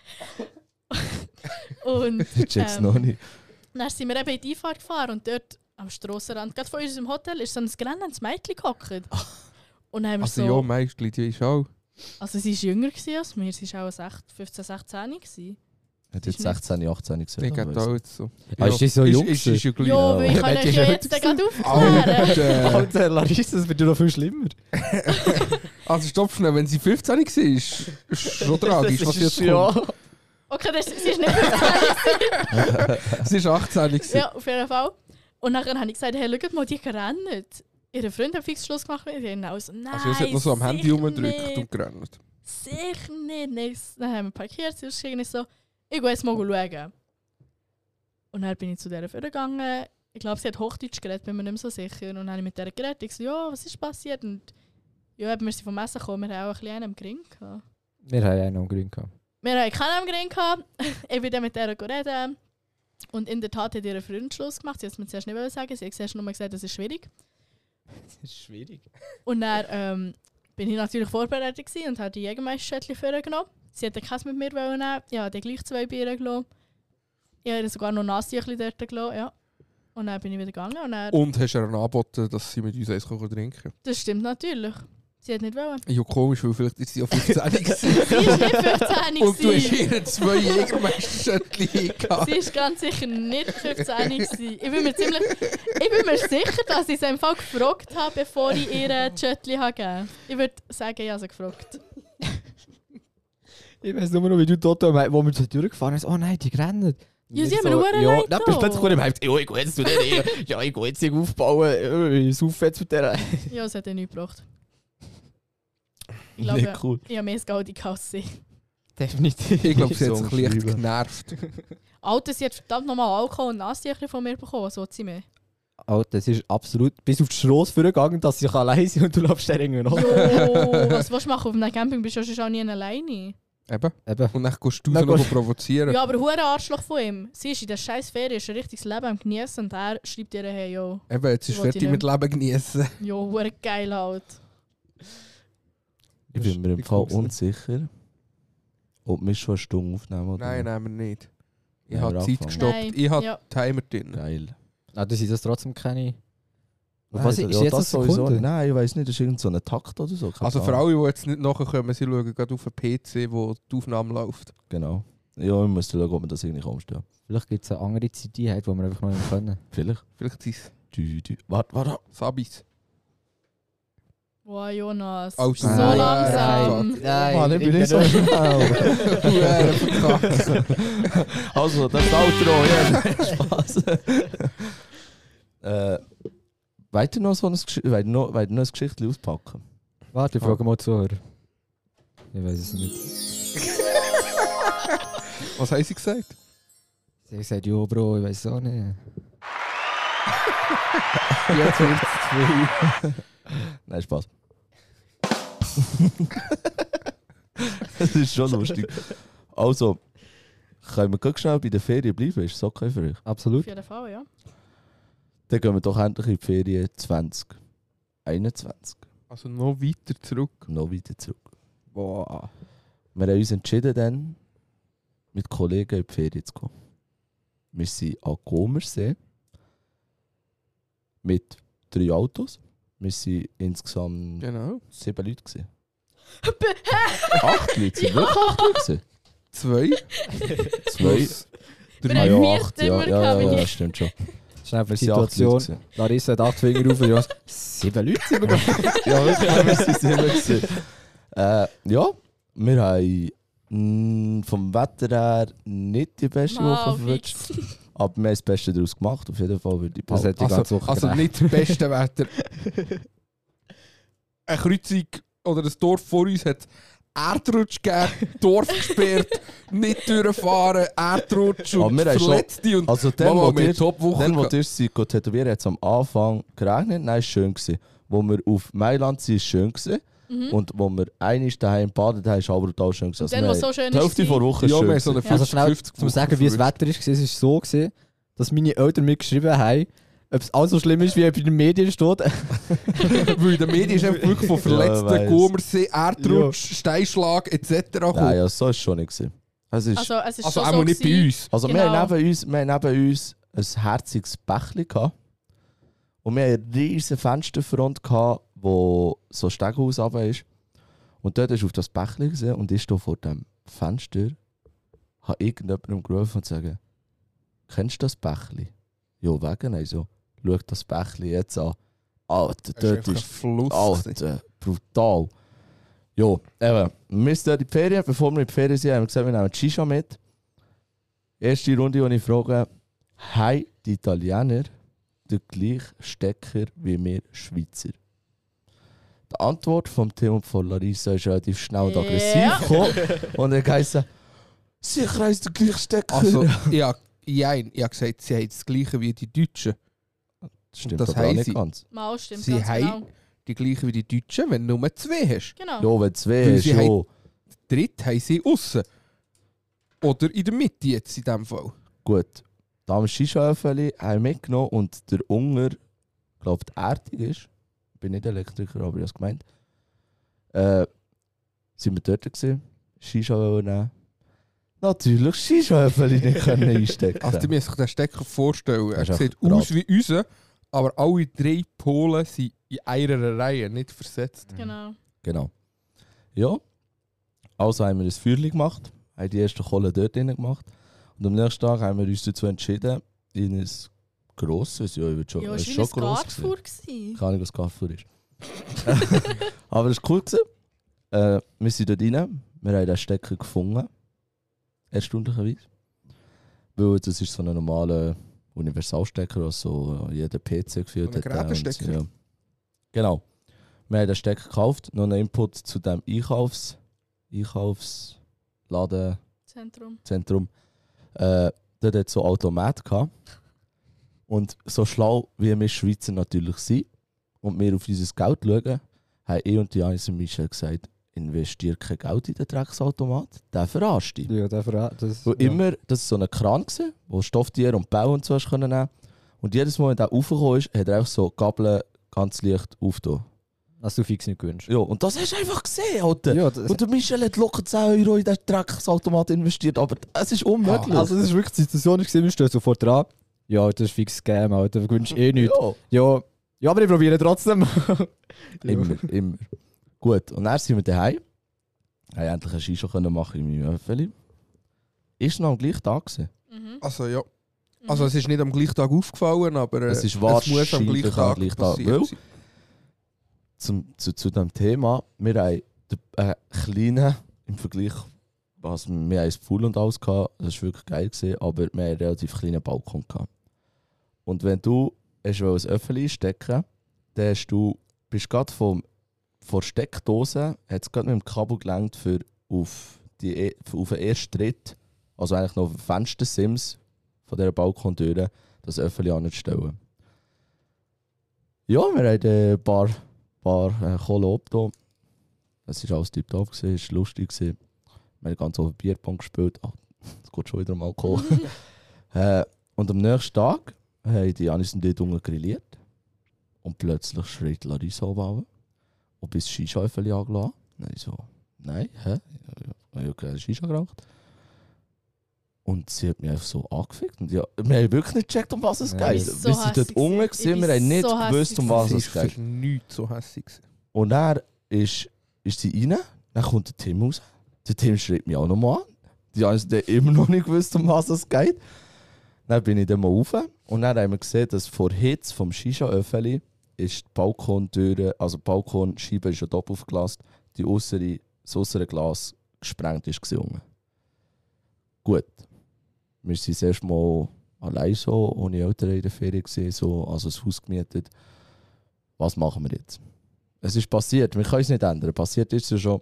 Und Ich check's noch nicht. dann sind wir eben in die Einfahrt gefahren und dort am Strassenrand, gerade vor unserem Hotel, ist so ein grelles Mädchen gehockt. Und dann haben wir Also so... ja, Meistli, die ist auch. Also sie war jünger gewesen als wir, sie war auch 15, 16 gewesen. Hat ist jetzt 16, 18 gesagt. Ich geht auch jetzt so. Ah, ist die so jung Ist ja gleich. Ja, weil ich Ja, kann die euch ist ja ja jetzt gerade aufklären. Alter. Alter, Larissa, das wird ja noch viel schlimmer. Also stopp schnell, wenn sie 15 war, ist schon tragisch, was jetzt kommt. Okay, sie ist nicht 15. Sie war 18 gewesen. Ja, auf jeden Fall. Und dann habe ich gesagt, hey, schaut mal, die rennen. Ihre Freunde haben fix Schluss gemacht mit ihnen. Also, nein, Also sie hat noch so am Handy sicher rumgedrückt nicht. und gerannt. Sicher nicht. Nein, dann haben wir parkiert, sie ist irgendwie so, ich gehe jetzt mal schauen. Und dann bin ich zu dieser Frau gegangen. Ich glaube, sie hat Hochdeutsch geredet, bin mir nicht mehr so sicher. Und dann habe ich mit der geredet. Ich so, ja, was ist passiert? Und ja, eben, wir sind vom Essen gekommen, wir haben auch ein bisschen einen am Gring gehabt. Wir haben einen am Grün gehabt. Wir haben keinen am Gring gehabt. Ich bin dann mit der reden. Und in der Tat hat ihre Freund Schluss gemacht. Sie hat es mir zuerst nicht sagen. Sie hat zuerst nur gesagt, das ist schwierig. Das ist schwierig. Und dann bin ich natürlich vorbereitet gewesen und habe die Jägermeister-Schöttli vorgenommen. Sie hat den Käse mit mir nehmen. Ich habe gleich 2 Bier gelassen. Ich habe ihr sogar noch Nasstüchli dort gelassen. Ja. Und dann bin ich wieder gegangen. Und dann, Und hast du ihr angeboten, dass sie mit uns eins trinken kann? das stimmt natürlich. Sie hat nicht wollen. Ja, komisch, weil vielleicht ist sie auf 15 gewesen. Sie ist nicht 15 Und du hast gewesen. ihr 2 Jägermeister-Schöttchen gehabt. Sie ist ganz sicher nicht 15 gewesen. Ich bin mir sicher, dass ich sie im Fall gefragt habe, bevor ich ihr ein Schöttchen gegeben habe. Ich würde sagen, ich habe sie gefragt. Ich weiß nur noch, wie du dort, wo wir so durchgefahren sind, oh nein, die rennen. Ja, sie haben mir verdammt leid dann bist du plötzlich im Hype, ja, ich gehe jetzt zu denen, ja, ich gehe jetzt hier aufbauen, ich saufe jetzt mit der. Ja, es hat ihr nichts gebracht. Ich Nicht glaube, cool. ich habe mehr Geld in die Kasse. Definitiv. Ich glaube, sie hat sich So leicht umschreiben. genervt. Alter, sie hat verdammt nochmal Alkohol und Nasstücher von mir bekommen. Was will sie mehr? Alter, das ist absolut bis auf die Strasse vorgegangen, dass sie allein sind und du läufst da irgendwie noch. Jo, was willst du machen? Auf einem Camping bist du schon nie alleine. Eben. Eben. Und dann gehst du Dann noch gehst- provozieren. Ja, aber hure Arschloch von ihm. Sie ist in der scheiß Ferien, ist ein richtiges Leben am Genießen und er schreibt ihr, hey, yo, Eben, jetzt ist Wollte ich fertig mit Leben genießen. jo, hure geil halt. Ich bin mir im Ich Fall guck's nicht. unsicher, ob wir schon eine Stunde aufnehmen oder Nein, nicht. nehmen wir nicht. Ich Haben habe wir die Zeit angefangen? gestoppt. Nein, Ich habe ja. den Timer drin. Geil. Ah, du siehst das trotzdem keine. Nein, Was ist jetzt das sowieso Sekunde? nicht. Nein, ich weiß nicht, das ist irgend so ein Takt oder so. Keine Also für Ahnung. alle, die jetzt nicht nachkommen, sie schauen gerade auf den PC, wo die Aufnahme läuft. Genau. Ja, wir müssen schauen, ob wir das irgendwie umstellen. Vielleicht gibt es eine andere Zeiteinheit, die wir einfach noch nicht können. Vielleicht. Vielleicht sind es Warte. Sabis. Wow, Jonas. Oh, so nein. langsam. Nein, Mann, ich bin nicht so schnell. Also, das ist das Outro, ja. Spaß. Weiter noch so ein noch ein Geschichtchen auspacken? Warte, ich frage mal Zuhörer. Ich weiß es nicht. Was haben sie gesagt? Sie haben gesagt, jo Bro, ich weiß es auch nicht. Jetzt wird es 2. Nein, Spaß. Das ist schon lustig. Also, können wir ganz schnell bei der Ferien bleiben? Ist das okay für euch? Auf Absolut. jeden Fall, ja. Dann gehen wir doch endlich in die Ferien 2021. Also noch weiter zurück. Noch weiter zurück. Boah. Wir haben uns entschieden, dann mit Kollegen in die Ferien zu gehen. Wir sind an Comersee mit 3 Autos. Wir waren insgesamt Genau. 7 Leute. 8 Leute? Sind wirklich 8 Leute? 2. 2. Wir haben 4 Zimmer gehabt, wie ja, ich. stimmt schon. Schnell für die Es sind 8 Situation. Leute. Larissa hat 8 Finger auf und Jonas. 7 Leute sind wir noch. Ja, wirklich, wir sind 7 gewesen. Ja, wir haben vom Wetter her nicht die beste Woche Wow, verwünscht. fix. Aber wir haben das Beste daraus gemacht. Auf jeden Fall würde ich Das hat behaupten. die ganze Woche Also gereicht. nicht das beste Wetter. Eine Kreuzung oder das Dorf vor uns hat Erdrutsch gegeben, Dorf gesperrt, nicht durchfahren, Erdrutsch Aber und wir haben schon- Verletzte und Also dann, Mama, wo wir ihr Top-Woche dann, wo gehabt. ihr seid tätowieren, hat es am Anfang geregnet. Nein, es war schön gewesen. Wo wir auf Mailand sind, war es schön gewesen. Und wo wir einmal daheim baden haben, ist aber brutal schön gewesen. Und dann, was wir so schön die Hälfte ist, vor Woche Ja, schön wir haben so eine gewesen. Also schnell, 50 zum sagen, wie das Wetter ist, es war so, gewesen, dass meine Eltern mir geschrieben haben, ob es auch so schlimm ist, wie bei den Medien steht. Weil in den Medien ist einfach wirklich von Ja, Verletzten, weiss. Comersee, Erdrutsch, Steinschlag etc. gekommen. Nein, ja, so ist es schon nicht gewesen. Es ist, Also, es ist Also schon auch so nicht bei gewesen. uns. also wir, Genau. haben neben uns ein herziges Bächli gehabt. Und wir hatten eine riesige Fensterfront gehabt, wo so ein Steghaus runter ist. Und dort ist auf das Bächli gesehen und ich stehe vor dem Fenster, habe irgendjemandem gerufen und gesagt, kennst du das Bächli? Ja, wegen. Nein, so, schau das Bächli jetzt an. Alter, Das dort einfach ein ist Fluss. Alter, brutal. Ja, eben, wir sind dort in die Ferien. Bevor wir in die Ferien sind, haben wir gesagt, wir nehmen die Shisha mit. Erste Runde, die ich frage, haben die Italiener den gleichen Stecker wie wir Schweizer? Die Antwort vom Tim und von Larissa ist relativ schnell und Ja. aggressiv gekommen. Und er gesagt, sicher ist der gleiche Stecker. Also, ich habe gesagt, sie haben das Gleiche wie die Deutschen. das stimmt das aber auch haben nicht sie. ganz. Mal, stimmt Sie ganz haben- genau. Die Gleiche wie die Deutschen, wenn du nur 2 hast. Genau. Ja, wenn zwei Weil hast, sie ja. haben- Dritt haben sie aussen. Oder in der Mitte jetzt in dem Fall. Gut, da haben wir Shisha-Öffeli mitgenommen und der Unger, ich glaube, die Erdung ist. Ich bin nicht Elektriker, aber ich habe es gemeint. Sind wir dort gewesen, Shisha nehmen. Natürlich Shisha-Öffeli nicht können einstecken. Also, du musst sich den Stecker vorstellen. Er Das ist sieht echt aus wie unser, aber alle 3 Polen sind in einer Reihe, nicht versetzt. Genau. Genau. Ja, also haben wir ein Feuerchen gemacht, haben die erste Kohle dort drin gemacht und am nächsten Tag haben wir uns dazu entschieden, in ein grosses, ja, ich würde schon, Ja, es es ist war schon wie ein gross Carrefour. gewesen. Keine Ahnung, was Carrefour ist. Aber es war cool gewesen. Wir sind dort rein, wir haben den Stecker gefunden, erstaunlicherweise. Weil das ist so ein normaler Universalstecker, der so jeder PC geführt So ein hat. Gräbenstecker. Ja. Genau. Wir haben den Stecker gekauft, noch einen Input zu dem Einkaufszentrum. Zentrum. Dort hat es so Automat gehabt. Und so schlau wie wir Schweizer natürlich sind und wir auf unser Geld schauen, haben ich und Janis und Michel gesagt, investiere kein Geld in den Drecksautomat, der verarscht dich. Ja, das Das ja. immer, das war so ein Kran, gewesen, wo Stofftiere und Bau und so hast können nehmen. Und jedes Mal, wenn der raufgekommen ist, hat er einfach so Gabeln ganz leicht aufgetan. Hast du fix nicht gewünscht. Ja, und das hast du einfach gesehen, Alter. Ja, das, Und der Michel hat locker 10 € in den Drecksautomat investiert, aber es ist unmöglich. also das ist wirklich die Situation, wir stehen sofort dran. Ja, das ist fix Scam, Alter, du gewünscht eh nichts. Ja, Ja, aber ich probiere trotzdem. immer. Gut, und dann sind wir daheim. Haben endlich eine Shisha können machen in meinem Öffeli. Ist noch am gleichen Tag gewesen. Mhm. Also ja. Also es ist nicht am gleichen Tag aufgefallen, aber Es ist muss wahrscheinlich am gleichen Tag passiert Weil, sein. zu diesem Thema, wir haben einen kleinen, im Vergleich, was wir haben einen Pool und alles gehabt, das war wirklich geil gewesen, aber wir haben einen relativ kleinen Balkon gehabt. Und wenn du ein Öffeli stecken, dann bist du gerade von der Steckdose, hat es gerade mit dem Kabel gelangt für auf den ersten Tritt, also eigentlich noch auf den Fenstersims von dieser Balkontüre, das Öffeli anzustellen. Ja, wir haben ein paar Kohle abgetan. Es war alles tiptop, es war lustig. Wir haben ganz oft Bierpong gespielt. Es geht schon wieder um Alkohol. Und am nächsten Tag haben die Janis und ich unten grilliert. Und plötzlich schreit Larissa oben ob ich das Shisha-Öffeli angelassen habe. Dann ich so, nein, hä? Ich habe keine Shisha geraucht. Und sie hat mich einfach so angefickt. Und ja, wir haben wirklich nicht gecheckt, um was es Ja. geht. Ich bin so Wir sind dort hässig unten, gewesen. gewesen, Ich wir bin haben nicht so gewusst, um hässig was Sie es ist geht. für nichts so hässlich gewesen. Und dann ist sie rein, dann kommt der Tim raus. Der Tim schreibt mich auch nochmal an. Die haben immer noch nicht gewusst, um was es geht. Dann bin ich dann mal rauf und dann haben wir gesehen, dass vor Hitze vom Shisha-Öffeli ist die Balkontüre, also die Balkonscheibe ist ja doppelt aufgelassen, das äußere Glas gesprengt ist gesungen. Gut. Wir sind das erste Mal allein so, ohne Eltern in der Ferien gesehen, so, also das Haus gemietet. Was machen wir jetzt? Es ist passiert, wir können es nicht ändern. Passiert ist es ja schon.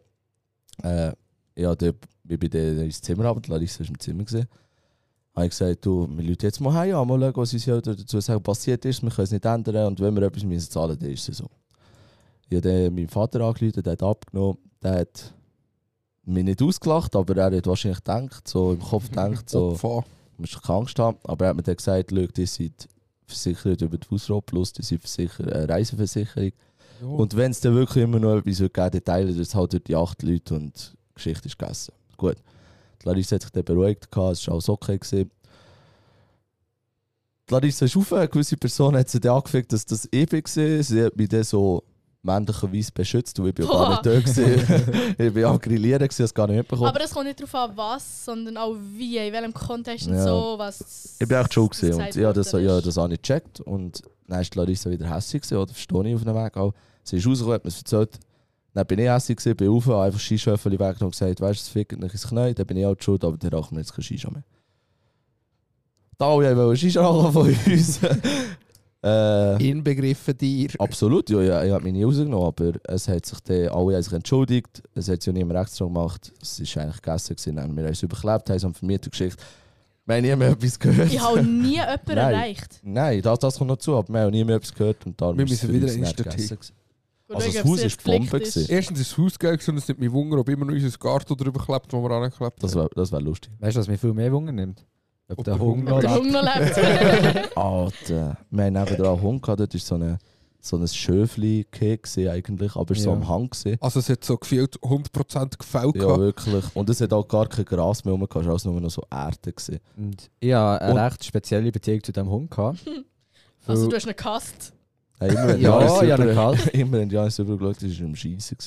Ich bin dann ins Zimmer runter, Larissa war im Zimmer. Habe ich gesagt, du, wir schauen jetzt mal heim, mal schauen, was unsere Eltern dazu sagen. Passiert ist, wir können es nicht ändern und wenn wir etwas müssen zahlen, dann ist es so. Ich habe dann meinen Vater angerufen, der hat abgenommen, der hat mich nicht ausgelacht, aber er hat wahrscheinlich gedacht, so im Kopf gedacht, so, Opfer. du musst keine Angst haben. Aber er hat mir dann gesagt, schau, die sind versichert über die Hausrat plus, die sind versichert, Reiseversicherung. Ja. Und wenn es dann wirklich immer noch etwas gibt, dann teilen das halt durch die 8 Leute und die Geschichte ist gegessen. Gut. Die Larissa hat sich dann beruhigt, es war alles okay gewesen. Die Larissa ist auf, eine gewisse Person hat sie dann angefickt, dass das ich war. Sie hat mich dann so männlicherweise beschützt, und ich bin gar nicht da gewesen. Ich war am Grillieren, ich habe es gar nicht mitbekommen. Aber es kommt nicht darauf an, was, sondern auch wie, in welchem Kontext und Ja. so, was. Ich bin echt schon gewesen und gesagt ich habe das, worden ja, ist. das auch nicht gecheckt. Und dann ist Larissa wieder hässlich gewesen, oder verstehe ich auf dem Weg auch. Sie ist rausgekommen, hat mir es erzählt. Dann bin ich hässlich gewesen, bin rauf, habe einfach Skischöffel weggenommen und gesagt, weißt du, es fickt nicht ins Knie, dann bin ich auch die Schuld, aber dann rauchen wir jetzt keine Shisha mehr. Da wollte ich Shisha rauchen von uns. Inbegriffen dir. Absolut, ja, ich habe mich nie rausgenommen, aber es hat sich dann, alle haben sich entschuldigt, es hat sich ja niemand extra gemacht, es war eigentlich gegessen gewesen, wir haben es überklebt, haben es am Vermietergeschichte. Wir haben nie mehr etwas gehört. Ich habe nie jemanden Nein. erreicht. Nein, das kommt noch zu, aber wir haben nie mehr etwas gehört und darum Wir ist es müssen für wieder uns nicht Insta gegessen gewesen. Gut, Also das schauen, ob Haus es ist jetzt geflickt Bombe ist. gewesen. Erstens ist das Haus geil und es nimmt mich Wunder, ob immer noch unser Garten drüber klebt, wo wir angeklebt Das haben. wär lustig. Weißt du, was mir viel mehr Wunder nimmt? Ob Ob der der Hunger Ob der noch Hunger noch lebt. Alter, wir haben nebenan einen Hund gehabt, dort war so ein Schöfli-Cake eigentlich, aber es war so Ja. am Hang gewesen. Also es hat so gefühlt 100% gefällt. Ja, wirklich. Und es hat auch gar kein Gras mehr rumgehabt, es war alles nur noch so Erde gewesen. Und ich hatte Und- eine recht spezielle Beziehung zu diesem Hund. Gehabt. Also Weil- du hast ihn gehasst. Hey, immer wenn Ja, Janis ich habe ihn über- gehabt. immer wenn Janis rübergeschaut ist, war er am Schiessen gewesen.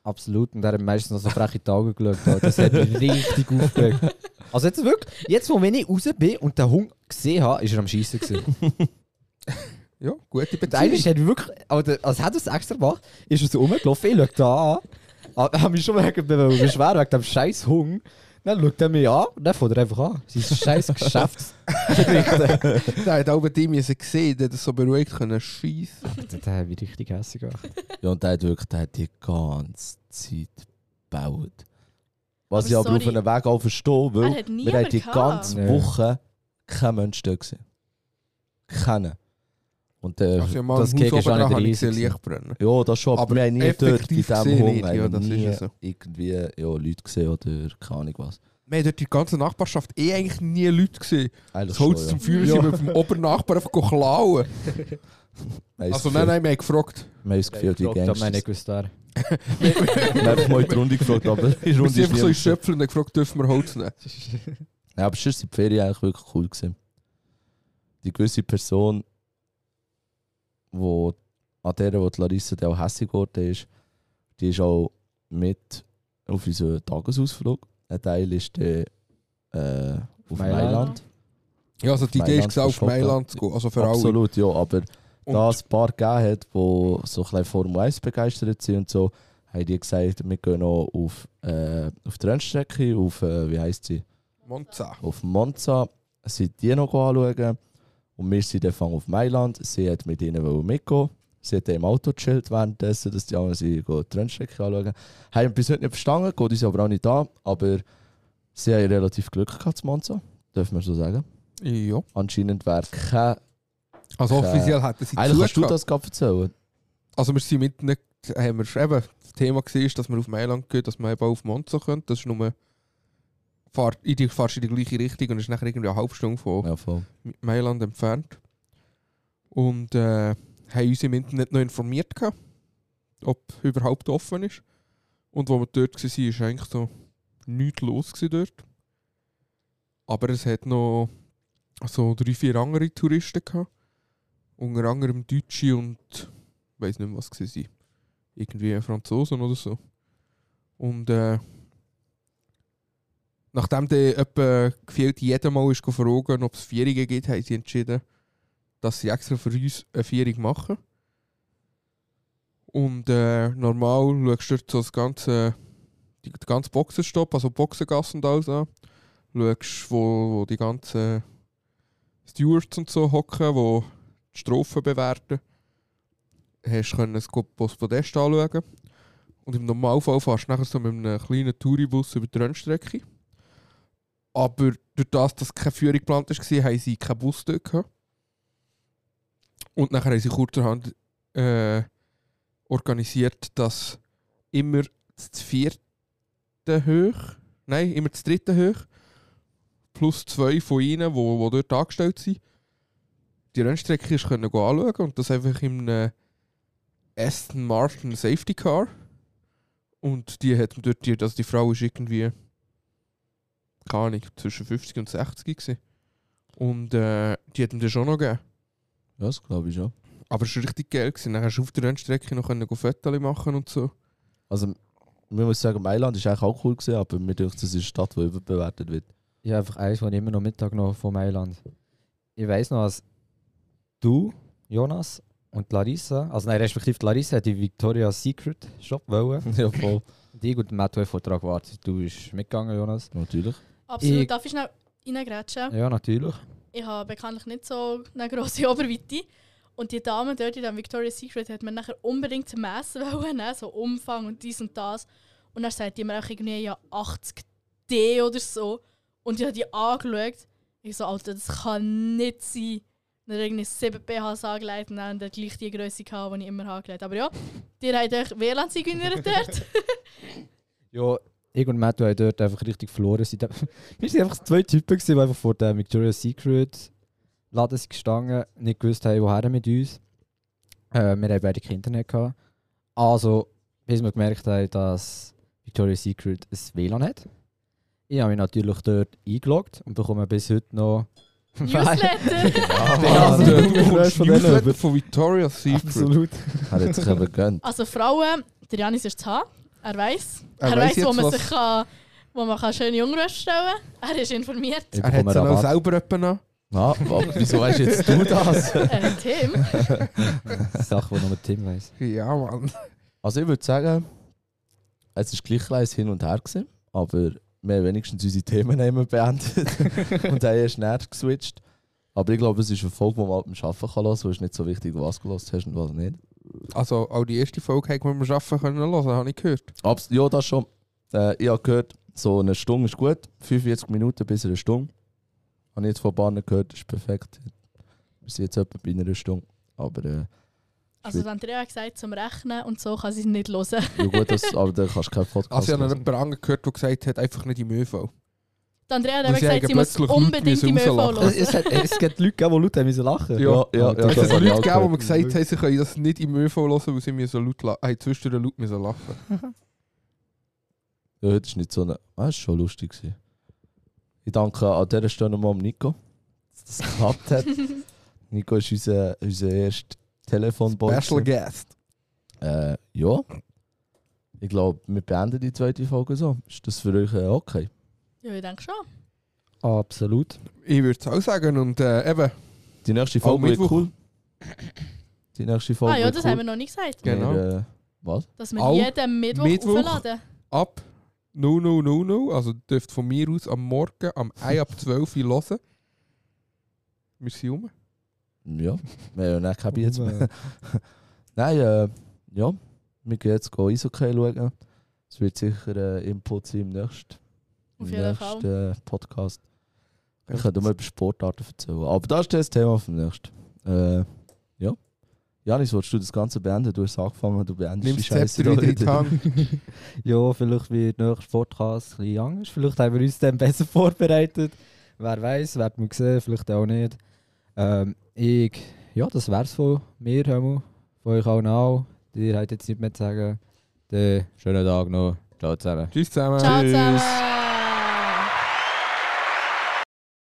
Absolut. Und er hat meistens noch so frech in die Augen geschaut. Das hat mich richtig aufgeregt. Also jetzt wirklich, jetzt wo ich raus bin und den Hund gesehen habe, ist er am Schiessen gewesen. Ja, gute Der eine Beziehung. hat wirklich, als hätte er es extra gemacht, ist er so rumgelaufen, ich schaue da an. Ich habe mich schon beschwert wegen dem scheiß Hund. Dann schaut er mich an und dann fängt er einfach an. Sein scheiß Geschäftsberichte. Der hat auch die müssen gesehen, der hat das so beruhigt können schiessen. Der hat mich richtig hässlich gemacht. Ja, und der hat die ganze Zeit gebaut. Was Aber ich aber auf sorry. einem Weg auch verstehe, Er weil hat wir haben niemand die gehabt. ganze Nee. Woche keinen Mensch da gesehen. Keinen. Und Also ja, mal das im Gig Haus ist auch oben nicht dran habe ich riesig gesehen, Licht brennen. ja, das schon, aber Aber wir haben nie dort bei effektiv diesem gesehen Hunger nicht, ja, das nie ist ja so. irgendwie Leute gesehen oder keine Ahnung was. Wir haben dort die ganze Nachbarschaft eigentlich nie Leute gesehen. Eigentlich Das Holz schon, zum ja. Feuer sind wir vom Obernachbar einfach klauen. Wir haben Also das nein, Gefühl- wir haben gefragt. wir haben das Gefühl, die Ich habe Gangsters. nicht gewusst, wer. Wir haben einfach mal in die Runde gefragt, aber in die Wir Runde sind ist einfach so in niemand. Schöpfen und haben gefragt, dürfen wir Holz nehmen. Ja, aber sonst sind die Ferien eigentlich wirklich cool gewesen. Die gewisse Person, an der wo die Larissa dann auch hässlich geworden ist, die ist auch mit auf unseren Tagesausflug. Ein Teil ist dann auf Mailand. Mailand. Ja, also die Idee Mailand ist auf shoppen. Mailand zu gehen, also für alle. Absolut, ja, aber Und da es ein paar gegeben hat, die so ein bisschen Formel 1 begeistert sind und so, haben die gesagt, wir gehen noch auf die Rennstrecke, auf, wie heisst sie? Monza. Auf Monza, sind die noch anschauen. Und wir sind dann auf Mailand. Sie hat mit ihnen mitgehen. Sie hat dann im Auto gechillt währenddessen, dass die anderen sie die Rennstrecke anschauen. Haben bis heute nicht verstanden, geht uns aber auch nicht da. Aber sie haben relativ Glück gehabt zu Monza, dürfen wir so sagen. Ja. Anscheinend wäre kein... Also offiziell hätten sie Eigentlich kannst du zugehört. das gerade erzählen. Also wir sind mit nicht, haben wir eben, das Thema war, dass wir auf Mailand gehen, dass man eben auch auf Monza können. Das ist nur, fährst in die gleiche Richtung und ist nachher irgendwie eine halbe Stunde von Ja, voll. Mailand entfernt. Und haben uns im Internet noch informiert gehabt, ob überhaupt offen ist. Und wo wir dort waren, war eigentlich so nichts los gewesen dort. Aber es hat noch so 3-4 andere Touristen gehabt. Unter anderem Deutsche und ich weiss nicht mehr, was sie waren. Irgendwie Franzosen oder so. Und nachdem der etwa gefühlt jedem Mal ist fragen, ob es Vierungen gibt, haben sie entschieden, dass sie extra für uns eine Vierung machen. Und normal schaust du dort so den ganzen Boxenstopp, also Boxengasse und alles an. Schaust, wo die ganzen Stewards und so hocken, die die Strophen bewerten. Hast du das Podest anschauen. Und im Normalfall fährst du nachher so mit einem kleinen Touribus über die Rennstrecke. Aber durch das, dass keine Führung geplant war, haben sie keinen Bus dort gehabt. Und nachher haben sie kurzerhand organisiert, dass immer das 4. hoch, nein, immer das 3. hoch, plus 2 von ihnen, die dort angestellt sind, die Rennstrecke können anschauen und das einfach in einem Aston Martin Safety Car. Und die hat dort, also die Frau ist irgendwie, keine Ahnung, zwischen 50 und 60 gewesen. Und die hat ihm dann schon noch gegeben. Ja, das glaube ich schon. Aber es war richtig geil. Dann hast du auf der Rennstrecke noch Fotos machen und so. Also, man muss sagen, Mailand ist eigentlich auch cool gewesen, aber mir denkt, das ist eine Stadt, die überbewertet wird. Ja, einfach eins, was ich immer noch Mittag noch von Mailand. Ich weiss noch, als du, Jonas und Larissa, also nein, respektive Larissa hat die Victoria's Secret Shop wollen. Ja, voll. Und ich und Matt haben vor Vortrag gewartet. Du bist mitgegangen, Jonas. Natürlich. Absolut. Ich- Darf ich schnell reingrätschen? Ja, natürlich. Ich habe bekanntlich nicht so eine grosse Oberweite. Und die Dame dort in dem Victoria's Secret hat mir nachher unbedingt zum Messen wollen, ne? So Umfang und dies und das. Und dann sagt die mir auch irgendwie ja 80D oder so. Und ich habe die angeschaut. Ich so, Alter, das kann nicht sein. Dann habe ich irgendwie 7 BHs angelegt und dann gleich die Größe gehabt, die ich immer angelegt habe. Aber ja, die haben euch WLAN signiert dort. Ja, ich und Matt haben dort einfach richtig verloren. Wir waren einfach 2 Typen, die einfach vor dem Victoria's Secret Laden sind gestanden, nicht gewusst haben, woher mit uns. Wir haben beide kein Internet gehabt. Also, bis wir gemerkt haben, dass Victoria's Secret ein WLAN hat. Ich habe mich natürlich dort eingeloggt und bekomme bis heute noch... Newsletter! Ja, Also, du du bekommst von denen Newsletter über. von Victoria's Secret. Absolut. Er hat sich eben gegönnt. Also Frauen, der Janis ist zu haben. Er weiss. Er Er weiss weiss, jetzt, wo man was- sich kann, wo man kann schöne Jungruhe stellen kann. Er ist informiert. Ich Er hat bekomme es auch Rabatt. selber etwa noch. Ah, wieso weißt jetzt du das? Tim. Sachen, die nur Tim weiss. Ja, Mann. Also ich würde sagen, es war gleich ein hin und her gewesen, aber wir haben wenigstens unsere Themen immer beendet und haben erst näher geswitcht. Aber ich glaube, es ist eine Folge, die man halt beim Arbeiten hören kann. Es ist nicht so wichtig, was du gehört hast und was nicht. Also, auch die erste Folge haben wir arbeiten können hören, habe ich gehört. Ja, das schon. Ich habe gehört, so eine Stunde ist gut. 45 Minuten bis eine Stunde. Habe ich jetzt von Bahnen gehört, das ist perfekt. Wir sind jetzt etwa bei einer Stunde. Aber Also Andrea hat gesagt, zum Rechnen und so kann sie es nicht hören. ja gut, aber dann kannst du keinen Podcast Also, ich habe noch hören. jemanden anderen gehört, der gesagt hat, einfach nicht im ÖV. Die Andrea hat Weil eben sie gesagt, haben sie muss plötzlich unbedingt Leute im ÖV rauslachen. hören. Es gibt Leute, die laut haben müssen lachen. Ja, Es hat das Leute habe ich auch gegeben, die gehört. mir gesagt haben, sie können das nicht im ÖV hören, weil sie müssen zwischendurch laut müssen lachen. Ja, das ist nicht so eine... Ah, das war schon lustig gewesen. Ich danke an dieser Stelle nochmal Nico, dass das geklappt hat. Nico ist unser erster Telefonboy. Special Guest. Ja. Ich glaube, wir beenden die zweite Folge so. Ist das für euch okay? Ja, ich denke schon. Absolut. Ich würde es auch sagen und eben, Die nächste Am Folge wird Mittwoch. cool. Die nächste Folge Ah ja, wird das cool. haben wir noch nicht gesagt. Genau. Wir, was? Dass wir All jeden Mittwoch Mittwoch. aufladen. ab 00:00, also dürft von mir aus am Morgen am 1 ab 12 Uhr hören. Wir sind rum. Ja, wir haben ja nicht keine jetzt mehr. Nein, ja. Wir gehen jetzt Eishockey schauen. Es wird sicher Input sein im nächsten, Auf jeden Fall. Podcast. Wir können mal über Sportarten erzählen. Aber das ist das Thema vom nächsten. Ja. Janis, willst du das Ganze beenden? Du hast angefangen, du beendest Nimm die das Scheiße. Zepter wieder in die Hand. Ja, vielleicht wird der nächste Podcast ein bisschen anders. Vielleicht haben wir uns dann besser vorbereitet. Wer weiß, werden wir sehen, vielleicht auch nicht. Ja, das wär's von mir, Hemo. Von euch auch noch. Ihr habt jetzt nicht mehr zu sagen. Dann schönen Tag noch. Ciao zusammen. Tschüss zusammen. Ciao zusammen.